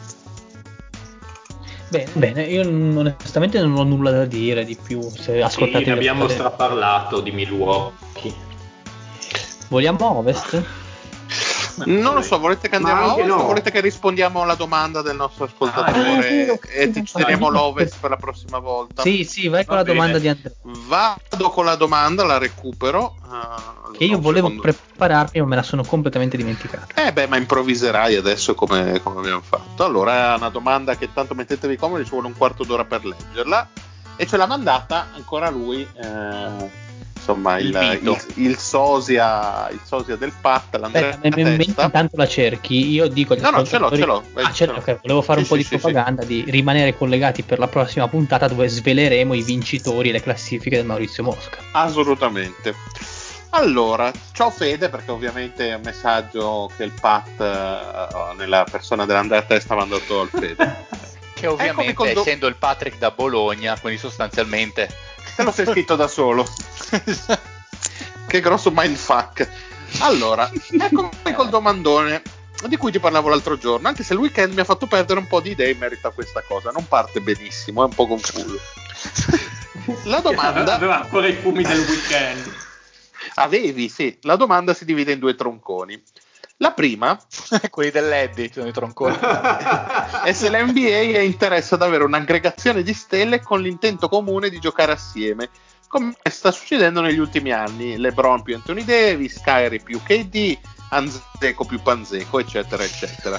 Bene, io onestamente non ho nulla da dire di più. Se ascoltate Sì, ne abbiamo straparlato di Milwaukee. Vogliamo Ovest? Non lo so, volete che andiamo a Ovest o volete che rispondiamo alla domanda del nostro ascoltatore e ci teniamo l'Ovest per la prossima volta? Sì, vai con la domanda di Andrea. Vado con la domanda, la recupero. Che io volevo prepararmi ma me la sono completamente dimenticata. Ma improvviserai adesso come abbiamo fatto. Allora è una domanda che tanto mettetevi comodi, ci vuole un quarto d'ora per leggerla e ce l'ha mandata ancora lui, insomma il sosia del Pat, l'Andrea Testa. Intanto la cerchi, io dico no, ce l'ho. Okay, volevo fare un po' di propaganda di rimanere collegati per la prossima puntata dove sveleremo i vincitori e le classifiche del Maurizio Mosca. Assolutamente. Allora, ciao Fede, perché ovviamente è un messaggio che il Pat nella persona dell'Andrea Testa ha mandato al Fede. Che ovviamente essendo il Patrick da Bologna, quindi sostanzialmente te lo sei scritto da solo. Che grosso mindfuck. Allora, eccomi col domandone di cui ti parlavo l'altro giorno, anche se il weekend mi ha fatto perdere un po' di idee in merito a questa cosa. Non parte benissimo, è un po' confuso. La domanda aveva ancora i fumi del weekend. Avevi, sì. La domanda si divide in due tronconi. La prima, quelli dell'Eddie, sono i tronconi, è se l'NBA è interessa ad avere un'aggregazione di stelle con l'intento comune di giocare assieme, come sta succedendo negli ultimi anni. LeBron più Anthony Davis, Kyrie più KD, Anzeco più Panzeco, eccetera, eccetera.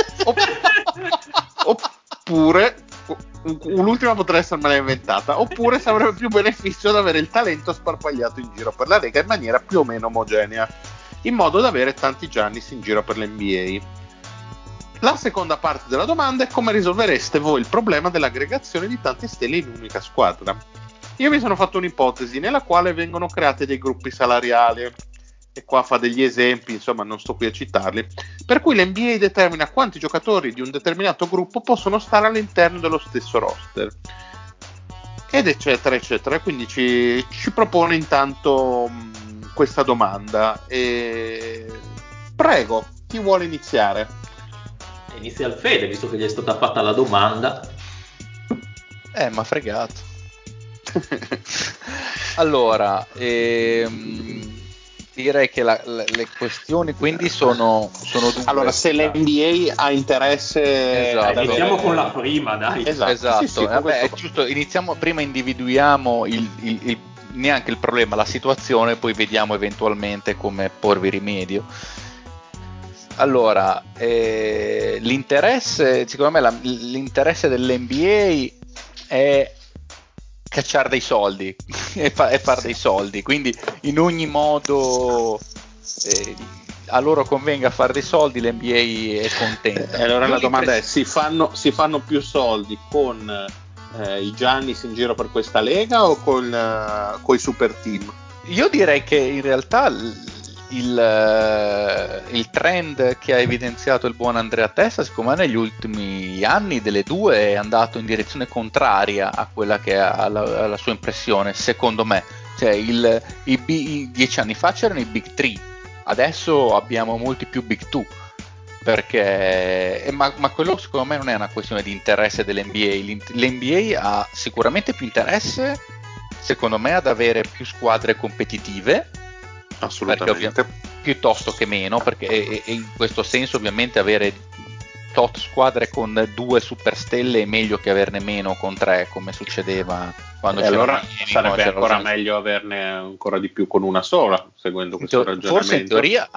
Oppure, l'ultima potrebbe essermela inventata, oppure se avrebbe più beneficio ad avere il talento sparpagliato in giro per la Lega in maniera più o meno omogenea, in modo da avere tanti Giannis in giro per l'NBA. La seconda parte della domanda è come risolvereste voi il problema dell'aggregazione di tante stelle in un'unica squadra. Io mi sono fatto un'ipotesi nella quale vengono creati dei gruppi salariali, e qua fa degli esempi, insomma non sto qui a citarli, per cui l'NBA determina quanti giocatori di un determinato gruppo possono stare all'interno dello stesso roster, ed eccetera eccetera. Quindi ci propone intanto questa domanda e prego, chi vuole iniziare? Inizia il Fede, visto che gli è stata fatta la domanda. m'ha fregato. Allora, direi che le questioni quindi sono due. Allora, se l'NBA ha interesse, esatto. Iniziamo con la prima, dai. Esatto. Sì, Vabbè, è giusto, iniziamo, prima individuiamo neanche il problema, la situazione, poi vediamo eventualmente come porvi rimedio. Allora, l'interesse, secondo me l'interesse dell'NBA è cacciare dei soldi e fare dei soldi, quindi in ogni modo a loro convenga fare dei soldi, l'NBA è contenta. Allora la domanda è: si fanno più soldi con i Giannis in giro per questa lega o con i super team? Io direi che in realtà il trend che ha evidenziato il buon Andrea Testa, secondo me negli ultimi anni delle due è andato in direzione contraria a quella che è la sua impressione, secondo me. Cioè, 10 anni fa c'erano i Big 3, adesso abbiamo molti più Big 2, perché ma quello secondo me non è una questione di interesse dell'NBA. L'NBA ha sicuramente più interesse, secondo me, ad avere più squadre competitive, assolutamente, piuttosto che meno, perché e in questo senso ovviamente avere tot squadre con 2 superstelle è meglio che averne meno con 3, come succedeva quando c'era. Allora sarebbe ancora meglio averne ancora di più con una sola, seguendo questo ragionamento. Forse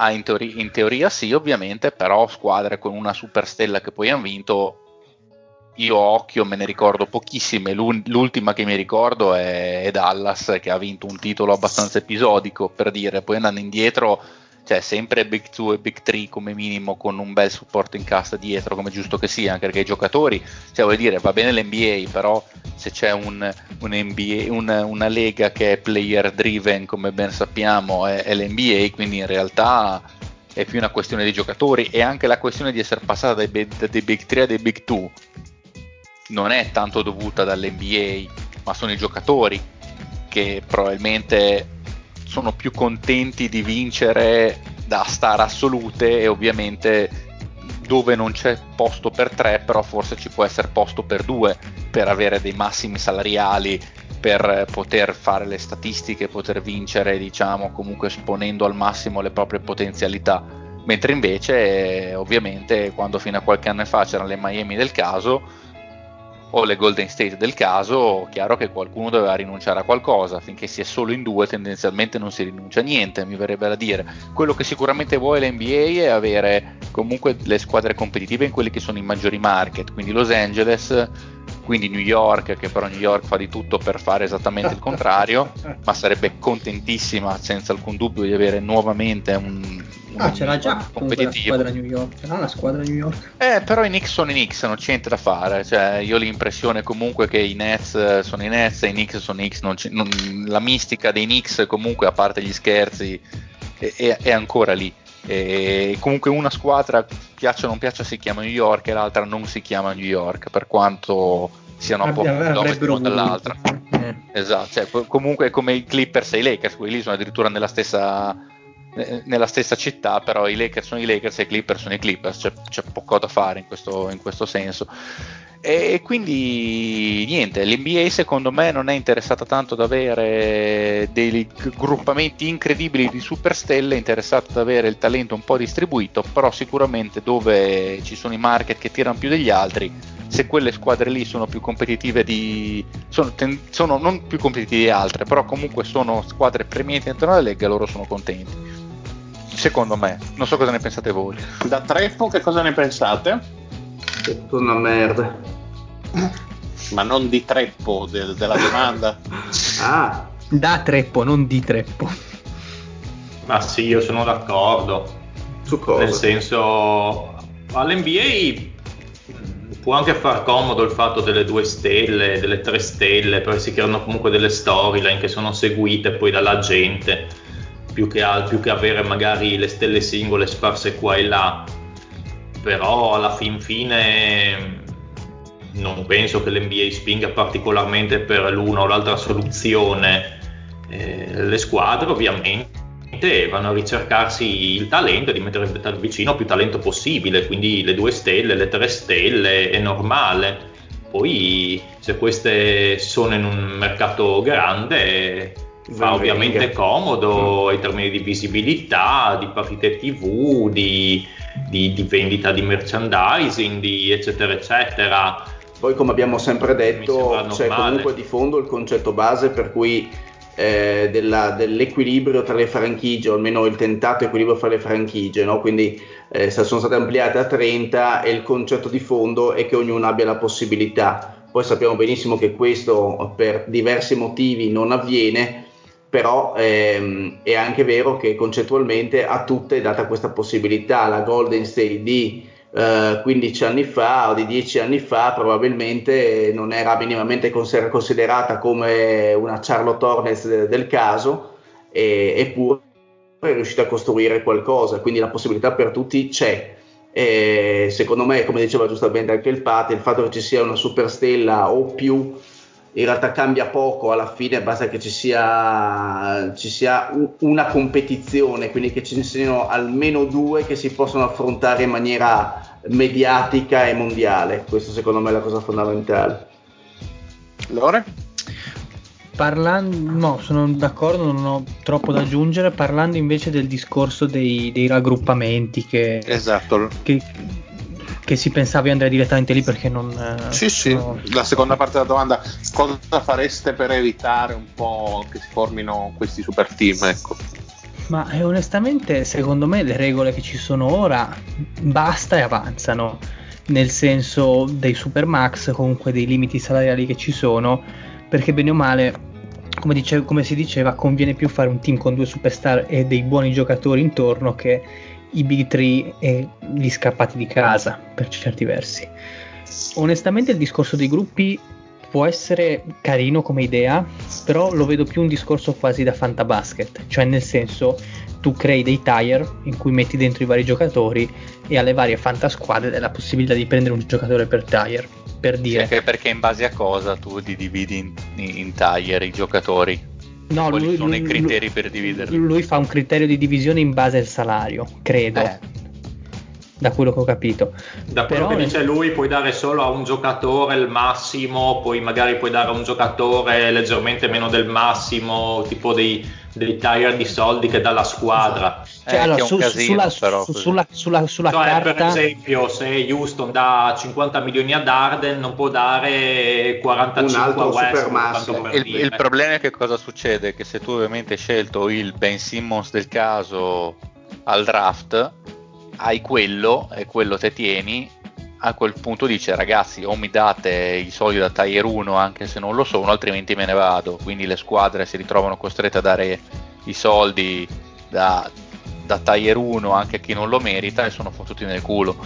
in teoria sì, ovviamente, però squadre con una superstella che poi hanno vinto io a occhio me ne ricordo pochissime. L'ultima che mi ricordo è Dallas, che ha vinto un titolo abbastanza episodico, per dire. Poi andando indietro, cioè sempre Big 2 e Big 3 come minimo, con un bel supporting cast dietro, come giusto che sia, anche perché i giocatori, cioè vuol dire, va bene l'NBA, però se c'è un NBA, una lega che è player driven, come ben sappiamo, è l'NBA, quindi in realtà è più una questione di giocatori, e anche la questione di essere passata dai Big 3 a dei Big 2 non è tanto dovuta dall'NBA, ma sono i giocatori che probabilmente sono più contenti di vincere da star assolute, e ovviamente dove non c'è posto per 3, però forse ci può essere posto per 2, per avere dei massimi salariali, per poter fare le statistiche, poter vincere, diciamo, comunque esponendo al massimo le proprie potenzialità. Mentre invece ovviamente quando fino a qualche anno fa c'erano le Miami del caso o le Golden State del caso, chiaro che qualcuno doveva rinunciare a qualcosa. Finché si è solo in due tendenzialmente non si rinuncia a niente, mi verrebbe da dire. Quello che sicuramente vuole l'NBA è avere comunque le squadre competitive in quelli che sono i maggiori market, quindi Los Angeles, quindi New York, che però New York fa di tutto per fare esattamente il contrario, ma sarebbe contentissima senza alcun dubbio di avere nuovamente c'era già comunque la squadra New York, c'era una squadra New York. Però i Knicks sono i Knicks, non c'è niente da fare, cioè io ho l'impressione comunque che i Nets sono i Nets e i Knicks sono i Knicks, la mistica dei Knicks comunque, a parte gli scherzi, è ancora lì. E comunque una squadra, piaccia o non piaccia, si chiama New York e l'altra non si chiama New York, per quanto siano a pochi chilometri l'una dall'altra. Esatto, cioè, comunque come i Clippers e i Lakers, quelli lì sono addirittura nella stessa città, però i Lakers sono i Lakers e i Clippers sono i Clippers, c'è poco da fare in questo senso. E quindi niente, l'NBA secondo me non è interessata tanto ad avere dei gruppamenti incredibili di superstelle, è interessata ad avere il talento un po' distribuito, però sicuramente dove ci sono i market che tirano più degli altri, se quelle squadre lì sono più competitive sono non più competitive di altre, però comunque sono squadre premiate dentro la Lega, loro sono contenti. Secondo me, non so cosa ne pensate voi. Da Treppo che cosa ne pensate? È tutta una merda. Ma non di Treppo, della domanda. Da Treppo, non di Treppo. Ma sì, io sono d'accordo. Su cosa? Nel senso, all'NBA può anche far comodo il fatto delle 2 stelle, delle 3 stelle, perché si creano comunque delle storyline che sono seguite poi dalla gente, più che avere magari le stelle singole sparse qua e là. Però alla fine non penso che l'NBA spinga particolarmente per l'una o l'altra soluzione. Le squadre ovviamente vanno a ricercarsi il talento e di mettere vicino più talento possibile, quindi le 2 stelle, le 3 stelle è normale. Poi se queste sono in un mercato grande fa ovviamente comodo in termini di visibilità, di partite TV, di vendita di merchandising, di eccetera eccetera. Poi, come abbiamo sempre detto, c'è comunque di fondo il concetto base per cui dell'equilibrio tra le franchigie, o almeno il tentato equilibrio fra le franchigie, no? Quindi sono state ampliate a 30 e il concetto di fondo è che ognuno abbia la possibilità. Poi sappiamo benissimo che questo per diversi motivi non avviene, però è anche vero che concettualmente a tutte è data questa possibilità. La Golden State di 15 anni fa o di 10 anni fa probabilmente non era minimamente considerata come una Charlotte Hornets del caso, eppure è riuscita a costruire qualcosa, quindi la possibilità per tutti c'è. Secondo me, come diceva giustamente anche il Pat, il fatto che ci sia una superstella o più in realtà cambia poco, alla fine basta che ci sia una competizione, quindi che ci siano almeno 2 che si possono affrontare in maniera mediatica e mondiale. Questo secondo me è la cosa fondamentale. Lore? No, sono d'accordo, non ho troppo da aggiungere. Parlando invece del discorso dei raggruppamenti esatto, che si pensava di andare direttamente lì, perché non la seconda parte della domanda: cosa fareste per evitare un po' che si formino questi super team, ecco. Ma onestamente secondo me le regole che ci sono ora basta e avanzano. nel senso dei supermax, comunque dei limiti salariali che ci sono, perché bene o male, come si diceva, conviene più fare un team con 2 superstar e dei buoni giocatori intorno che i big three e gli scappati di casa, per certi versi. Onestamente il discorso dei gruppi può essere carino come idea, però lo vedo più un discorso quasi da fantabasket, cioè nel senso tu crei dei tier in cui metti dentro i vari giocatori e alle varie fantasquadre dai la possibilità di prendere un giocatore per tier, per dire. Sì, perché in base a cosa tu li dividi in tier i giocatori? No, quali sono i criteri per dividerli? Lui fa un criterio di divisione in base al salario, credo. Da quello che ho capito. Da quello che dice lui, puoi dare solo a un giocatore il massimo, poi magari puoi dare a un giocatore leggermente meno del massimo, tipo dei tier di soldi che dà la squadra. Cioè, allora, sulla cioè, carta, per esempio, se Houston dà 50 milioni ad Harden, non può dare 45 a Westbrook. Il problema è che cosa succede? Che se tu ovviamente hai scelto il Ben Simmons del caso al draft, hai quello e quello te tieni, a quel punto dice ragazzi o mi date i soldi da tier 1 anche se non lo sono, altrimenti me ne vado. Quindi le squadre si ritrovano costrette a dare i soldi da tier 1 anche a chi non lo merita e sono fottuti nel culo.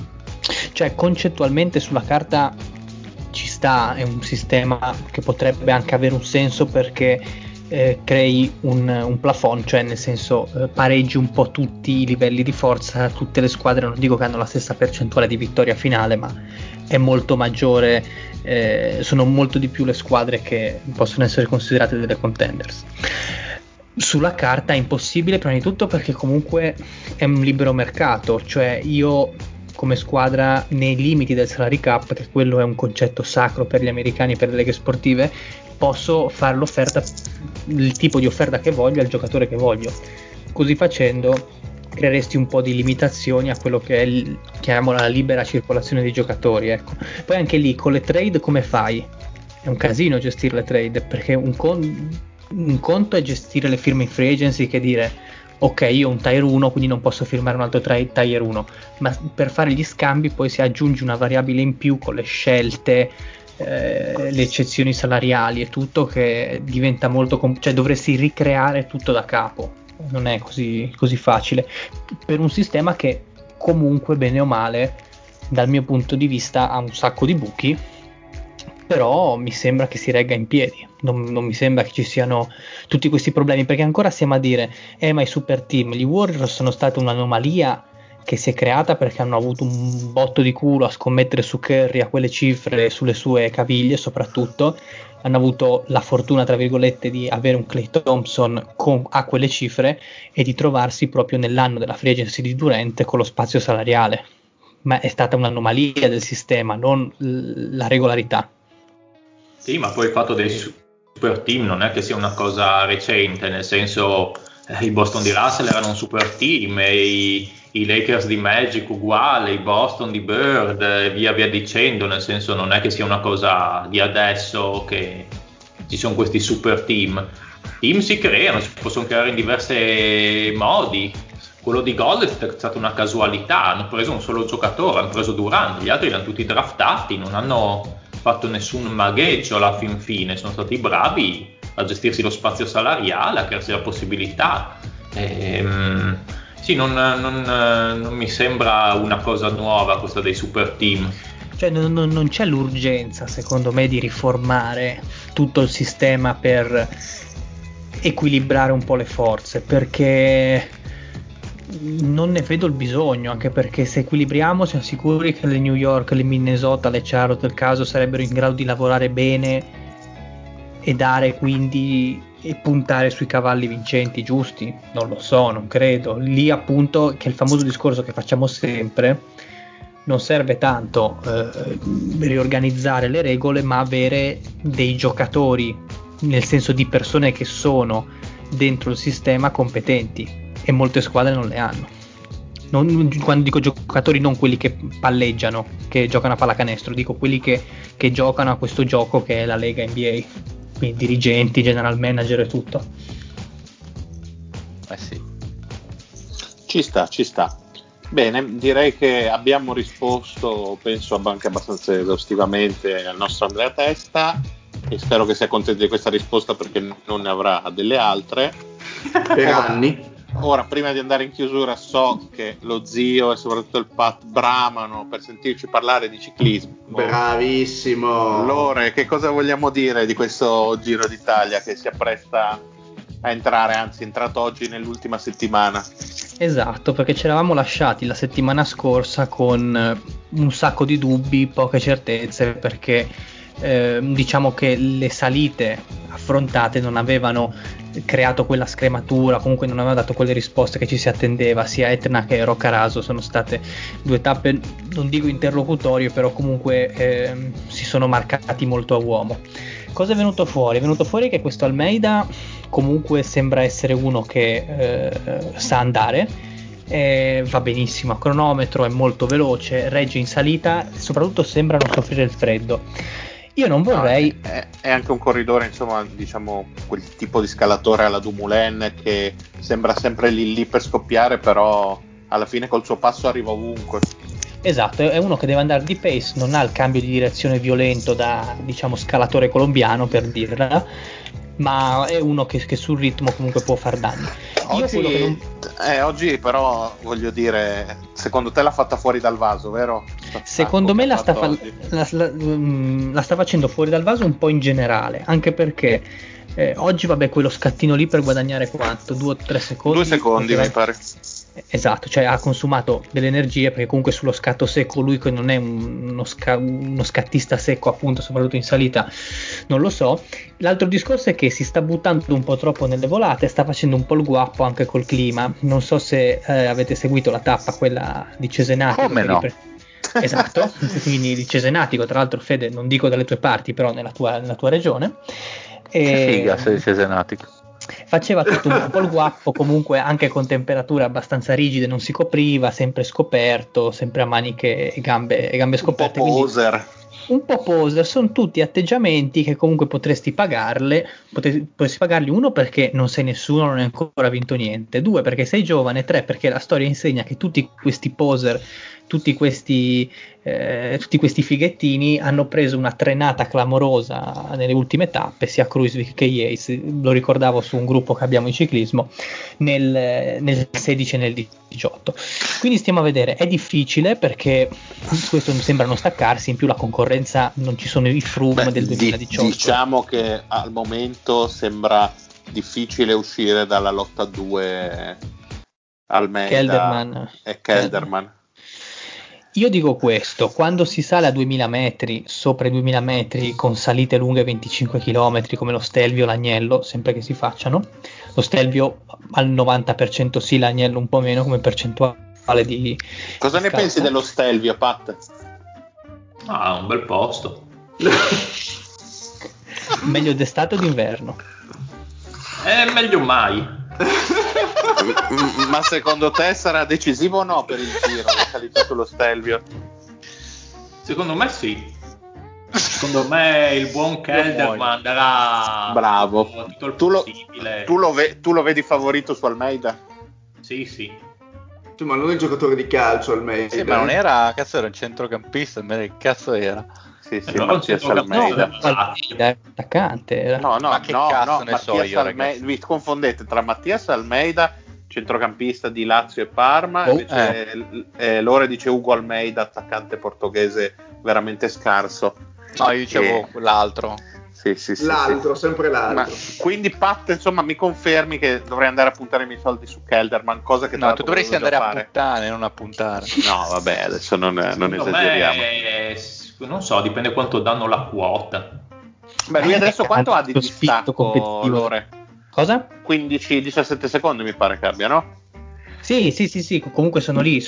Cioè concettualmente sulla carta ci sta, è un sistema che potrebbe anche avere un senso perché crei un plafond, cioè nel senso pareggi un po' tutti i livelli di forza, tutte le squadre, non dico che hanno la stessa percentuale di vittoria finale, ma è molto maggiore, sono molto di più le squadre che possono essere considerate delle contenders. Sulla carta è impossibile prima di tutto perché comunque è un libero mercato, cioè io come squadra nei limiti del salary cap, che quello è un concetto sacro per gli americani e per le leghe sportive, posso fare l'offerta, il tipo di offerta che voglio al giocatore che voglio. Così facendo creeresti un po' di limitazioni a quello che è chiamiamola la libera circolazione dei giocatori, ecco. Poi anche lì con le trade come fai? È un casino gestire le trade, perché un conto è gestire le firme in free agency, che dire ok, io ho un tier 1 quindi non posso firmare un altro tier 1, ma per fare gli scambi poi si aggiunge una variabile in più con le scelte, le eccezioni salariali e tutto, che diventa molto cioè dovresti ricreare tutto da capo, non è così facile per un sistema che comunque bene o male dal mio punto di vista ha un sacco di buchi, però mi sembra che si regga in piedi, non mi sembra che ci siano tutti questi problemi, perché ancora stiamo a dire ma i super team, gli Warriors sono stati un'anomalia che si è creata perché hanno avuto un botto di culo a scommettere su Curry a quelle cifre, sulle sue caviglie soprattutto, hanno avuto la fortuna tra virgolette di avere un Klay Thompson a quelle cifre e di trovarsi proprio nell'anno della free agency di Durant con lo spazio salariale, ma è stata un'anomalia del sistema, non la regolarità. Sì, ma poi il fatto dei super team non è che sia una cosa recente, nel senso i Boston di Russell erano un super team e i Lakers di Magic uguale, i Boston di Bird e via dicendo, nel senso non è che sia una cosa di adesso che ci sono questi super team. Team si creano, si possono creare in diversi modi. Quello di Golden State è stata una casualità, hanno preso un solo giocatore, hanno preso Durant, gli altri erano tutti draftati, non hanno fatto nessun magheggio alla fin fine, sono stati bravi a gestirsi lo spazio salariale, a crearsi la possibilità. Sì, non mi sembra una cosa nuova questa dei super team. Cioè non c'è l'urgenza secondo me di riformare tutto il sistema per equilibrare un po' le forze, perché non ne vedo il bisogno, anche perché se equilibriamo siamo sicuri che le New York, le Minnesota, le Charlotte del caso sarebbero in grado di lavorare bene e dare quindi e puntare sui cavalli vincenti giusti. Non lo so, non credo. Lì appunto che il famoso discorso che facciamo sempre, non serve tanto riorganizzare le regole, ma avere dei giocatori, nel senso di persone che sono dentro il sistema competenti, e molte squadre non le hanno. Quando dico giocatori, non quelli che palleggiano, che giocano a pallacanestro, dico quelli che giocano a questo gioco che è la Lega NBA, quindi dirigenti, general manager e tutto. Sì. Ci sta. Bene, direi che abbiamo risposto, penso anche abbastanza esaustivamente al nostro Andrea Testa, e spero che sia contento di questa risposta perché non ne avrà delle altre per anni. Ora, prima di andare in chiusura, so che lo zio e soprattutto il Pat bramano per sentirci parlare di ciclismo. Bravissimo. Lore, che cosa vogliamo dire di questo Giro d'Italia che si appresta a entrare, anzi è entrato oggi nell'ultima settimana? Esatto, perché ci eravamo lasciati la settimana scorsa con un sacco di dubbi, poche certezze, perché diciamo che le salite affrontate non avevano creato quella scrematura, comunque non aveva dato quelle risposte che ci si attendeva. Sia Etna che Roccaraso sono state due tappe, non dico interlocutorie, però comunque si sono marcati molto a uomo. Cosa è venuto fuori? È venuto fuori che questo Almeida comunque sembra essere uno che sa andare, va benissimo a cronometro, è molto veloce, regge in salita, soprattutto sembra non soffrire il freddo. Io non vorrei... È anche un corridore, insomma, diciamo, quel tipo di scalatore alla Dumoulin che sembra sempre lì per scoppiare, però alla fine col suo passo arriva ovunque. Esatto, è uno che deve andare di pace, non ha il cambio di direzione violento da, diciamo, scalatore colombiano, per dirla, ma è uno che sul ritmo comunque può far danni. Oggi però, voglio dire, secondo te l'ha fatta fuori dal vaso, vero? Secondo me la sta facendo fuori dal vaso un po' in generale, anche perché oggi, vabbè, quello scattino lì per guadagnare quanto? 2 o 3 secondi? 2 secondi mi pare. Esatto, cioè ha consumato delle energie, perché comunque sullo scatto secco lui, che non è uno scattista secco, appunto, soprattutto in salita, non lo so. L'altro discorso è che si sta buttando un po' troppo nelle volate, sta facendo un po' il guappo anche col clima. Non so se avete seguito la tappa, quella di Cesenatico. Come no? Esatto, quindi di Cesenatico, tra l'altro, Fede, non dico dalle tue parti, però nella tua regione. Che figa sei di Cesenatico. Faceva tutto un po' il guappo, comunque anche con temperature abbastanza rigide, non si copriva, sempre scoperto, sempre a maniche e gambe scoperte. Un po' poser, sono tutti atteggiamenti che comunque potresti pagarli, uno perché non sei nessuno, non hai ancora vinto niente, 2 perché sei giovane, 3 perché la storia insegna che tutti questi poser, tutti questi fighettini hanno preso una trenata clamorosa nelle ultime tappe, sia Kruijswijk che Yates, lo ricordavo su un gruppo che abbiamo in ciclismo, nel 16 e nel 18. Quindi stiamo a vedere, è difficile perché questo sembra non staccarsi, in più la concorrenza, non ci sono i Froome del 2018. Diciamo che al momento sembra difficile uscire dalla lotta 2 Almeida e Kelderman. Io dico questo: quando si sale a 2000 metri, sopra i 2000 metri, con salite lunghe 25 km come lo Stelvio o l'Agnello, sempre che si facciano, lo Stelvio al 90% sì, l'Agnello un po' meno come percentuale di... Cosa di ne scalzo. pensi dello Stelvio, Pat? Un bel posto. Meglio d'estate o d'inverno? Meglio mai. Ma secondo te sarà decisivo o no per il Giro la salita sullo Stelvio? Secondo me sì. Secondo me il buon Kelderman andrà bravo. tutto il possibile. Tu lo vedi favorito su Almeida? Sì. Ma non è il giocatore di calcio Almeida. Sì, ma non era, cazzo, era un centrocampista, che cazzo era? Sì, Mattias Almeida. Attaccante. No, ma che cazzo ne so io, ragazzi. Vi confondete tra Mattias Almeida, centrocampista di Lazio e Parma, invece Lore dice Ugo Almeida, attaccante portoghese veramente scarso. No, io dicevo l'altro. Sì, l'altro, sì. Sempre l'altro. Ma, quindi Pat, insomma, mi confermi che dovrei andare a puntare i miei soldi su Kelderman, cosa che no, tu dovresti andare a puntare, non a puntare. No, vabbè, adesso non esageriamo. Non so, dipende quanto danno la quota. Beh, lui adesso quanto ha di distacco, Lore? Cosa? 15-17 secondi mi pare che abbia, no? Sì, comunque sono lì.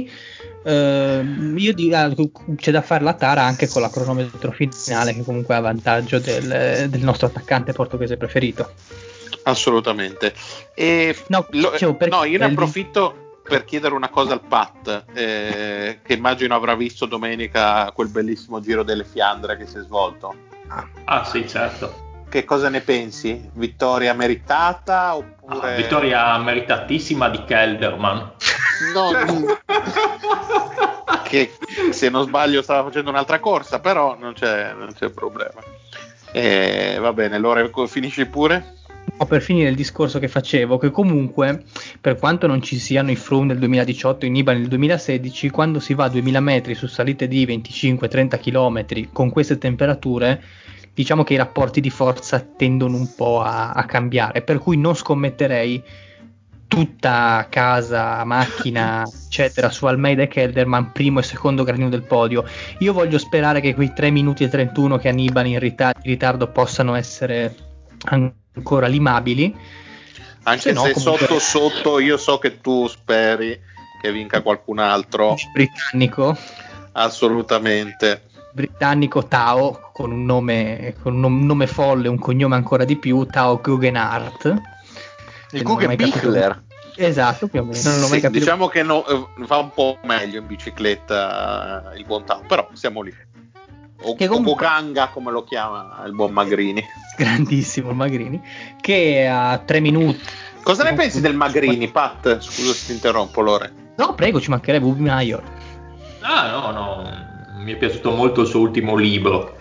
C'è da fare la tara anche con la cronometro finale, che comunque ha vantaggio del nostro attaccante portoghese preferito. Assolutamente. Io ne approfitto per chiedere una cosa al Pat, che immagino avrà visto domenica quel bellissimo Giro delle Fiandre che si è svolto. Ah sì, certo. Che cosa ne pensi? Vittoria meritata oppure... vittoria meritatissima di Kelderman. che se non sbaglio stava facendo un'altra corsa, però non c'è problema. Va bene, Lore, finisci pure? No, per finire il discorso che facevo, che comunque, per quanto non ci siano i Froome nel 2018 e i Nibali nel 2016, quando si va a 2000 metri su salite di 25-30 km con queste temperature, diciamo che i rapporti di forza tendono un po' a cambiare, per cui non scommetterei tutta casa, macchina, eccetera, su Almeida e Kelderman, primo e secondo gradino del podio. Io voglio sperare che quei 3 minuti e 31 che ha Nibali in ritardo possano essere ancora limabili, anche no, se comunque... sotto io so che tu speri che vinca qualcun altro britannico, assolutamente britannico, Tao, con un nome folle, un cognome ancora di più, Tao Guggenhardt, il Guggenbichler. Esatto, più o meno. Non l'ho mai capito. Diciamo che va un po' meglio in bicicletta il buon Tao, però siamo lì. O Ganga, come lo chiama il buon Magrini. Grandissimo Magrini, che a 3 minuti. Cosa ne pensi del Magrini, Pat? Scusa se ti interrompo, Lore. No, prego, ci mancherebbe Ubi Maior. No, mi è piaciuto molto il suo ultimo libro.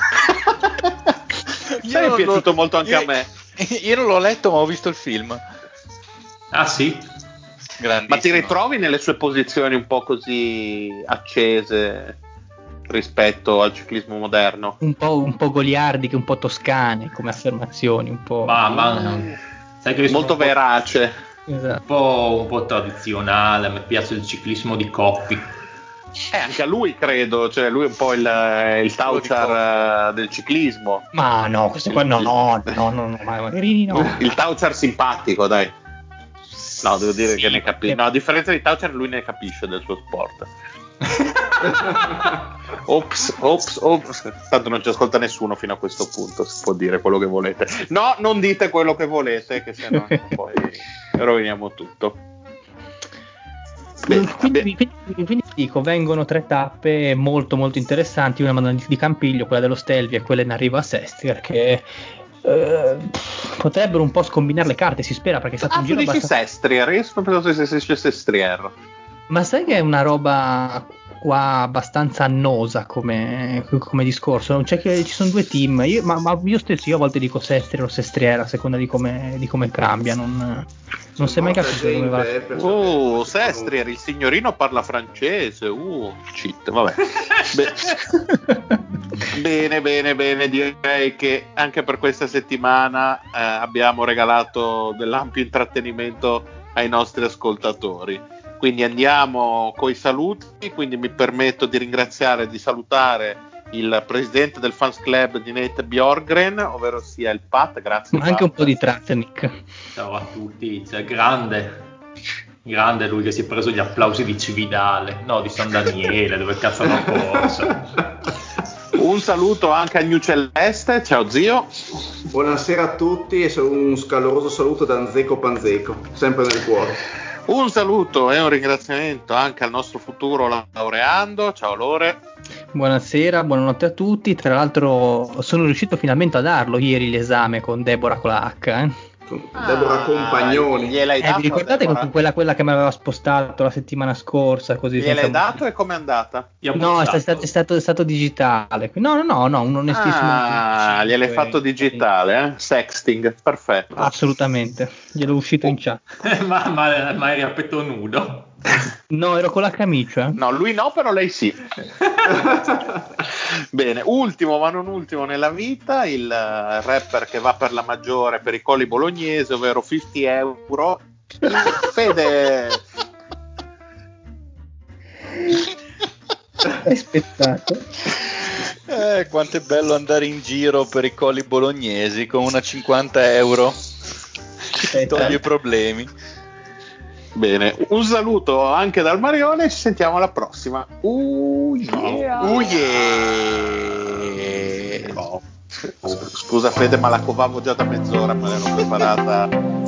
Mi è piaciuto molto anche a me. Io non l'ho letto, ma ho visto il film. Ah sì? Ma ti ritrovi nelle sue posizioni un po' così accese rispetto al ciclismo moderno? Un po' goliardiche, un po' toscane come affermazioni, un po'... sai che molto verace. Esatto. Un po' tradizionale, mi piace il ciclismo di Coppi. Anche a lui credo, cioè lui è un po' il Tauchar del ciclismo. Ma no, questo qua no, Magrini no. Il Tauchar simpatico, dai. No, devo dire che ne capisce. No, a differenza di Tauchar, lui ne capisce del suo sport. Ops. Tanto non ci ascolta nessuno fino a questo punto, si può dire quello che volete. No, non dite quello che volete, che sennò poi roviniamo tutto. Quindi dico, vengono 3 tappe molto molto interessanti, una Madonna di Campiglio, quella dello Stelvio e quella in arrivo a Sestrier, che potrebbero un po' scombinare le carte, si spera, perché è stato un giro abbastanza... Sestrier, io sono pensato se si Sestrier. Ma sai che è una roba qua abbastanza annosa come discorso, cioè che ci sono 2 team, ma io stesso a volte dico Sestrier o Sestriera a seconda di come cambia, non si è mai capito dove va. Sestrier, il signorino parla francese, cheat, vabbè. Bene, direi che anche per questa settimana abbiamo regalato dell'ampio intrattenimento ai nostri ascoltatori. Quindi andiamo coi saluti, quindi mi permetto di ringraziare e di salutare il presidente del fans club di Nate Bjorgren, ovvero sia il Pat, grazie. Ma anche Pat. Un po' di Tratnik. Ciao a tutti, cioè, grande lui che si è preso gli applausi di Cividale, no, di San Daniele, dove cazzo hanno corso. Un saluto anche a New Celeste, ciao zio. Buonasera a tutti e un caloroso saluto da Nzeco Panzeco, sempre nel cuore. Un saluto e un ringraziamento anche al nostro futuro laureando, ciao Lore. Buonasera, buonanotte a tutti, tra l'altro sono riuscito finalmente a darlo ieri l'esame con Deborah con la H, Deborah Compagnoni. Gliel'hai dato? Vi ricordate con quella che mi aveva spostato la settimana scorsa? Così gliel'hai dato e com'è andata? No, è stato digitale. No, un onestissimo. Gliel'hai fatto digitale, Sexting, perfetto. Assolutamente, gliel'ho uscito in chat. ma eri a petto nudo? No, ero con la camicia. No, lui no, però lei sì. Bene, ultimo ma non ultimo nella vita, il rapper che va per la maggiore per i Colli Bolognesi, ovvero 50 euro. Fede. Aspettato. Quanto è bello andare in giro per i Colli Bolognesi con una 50 euro. Ti toglie i problemi. Bene, un saluto anche dal Marione, ci sentiamo alla prossima. Scusa Fede, ma la covavo già da mezz'ora, me l'ero preparata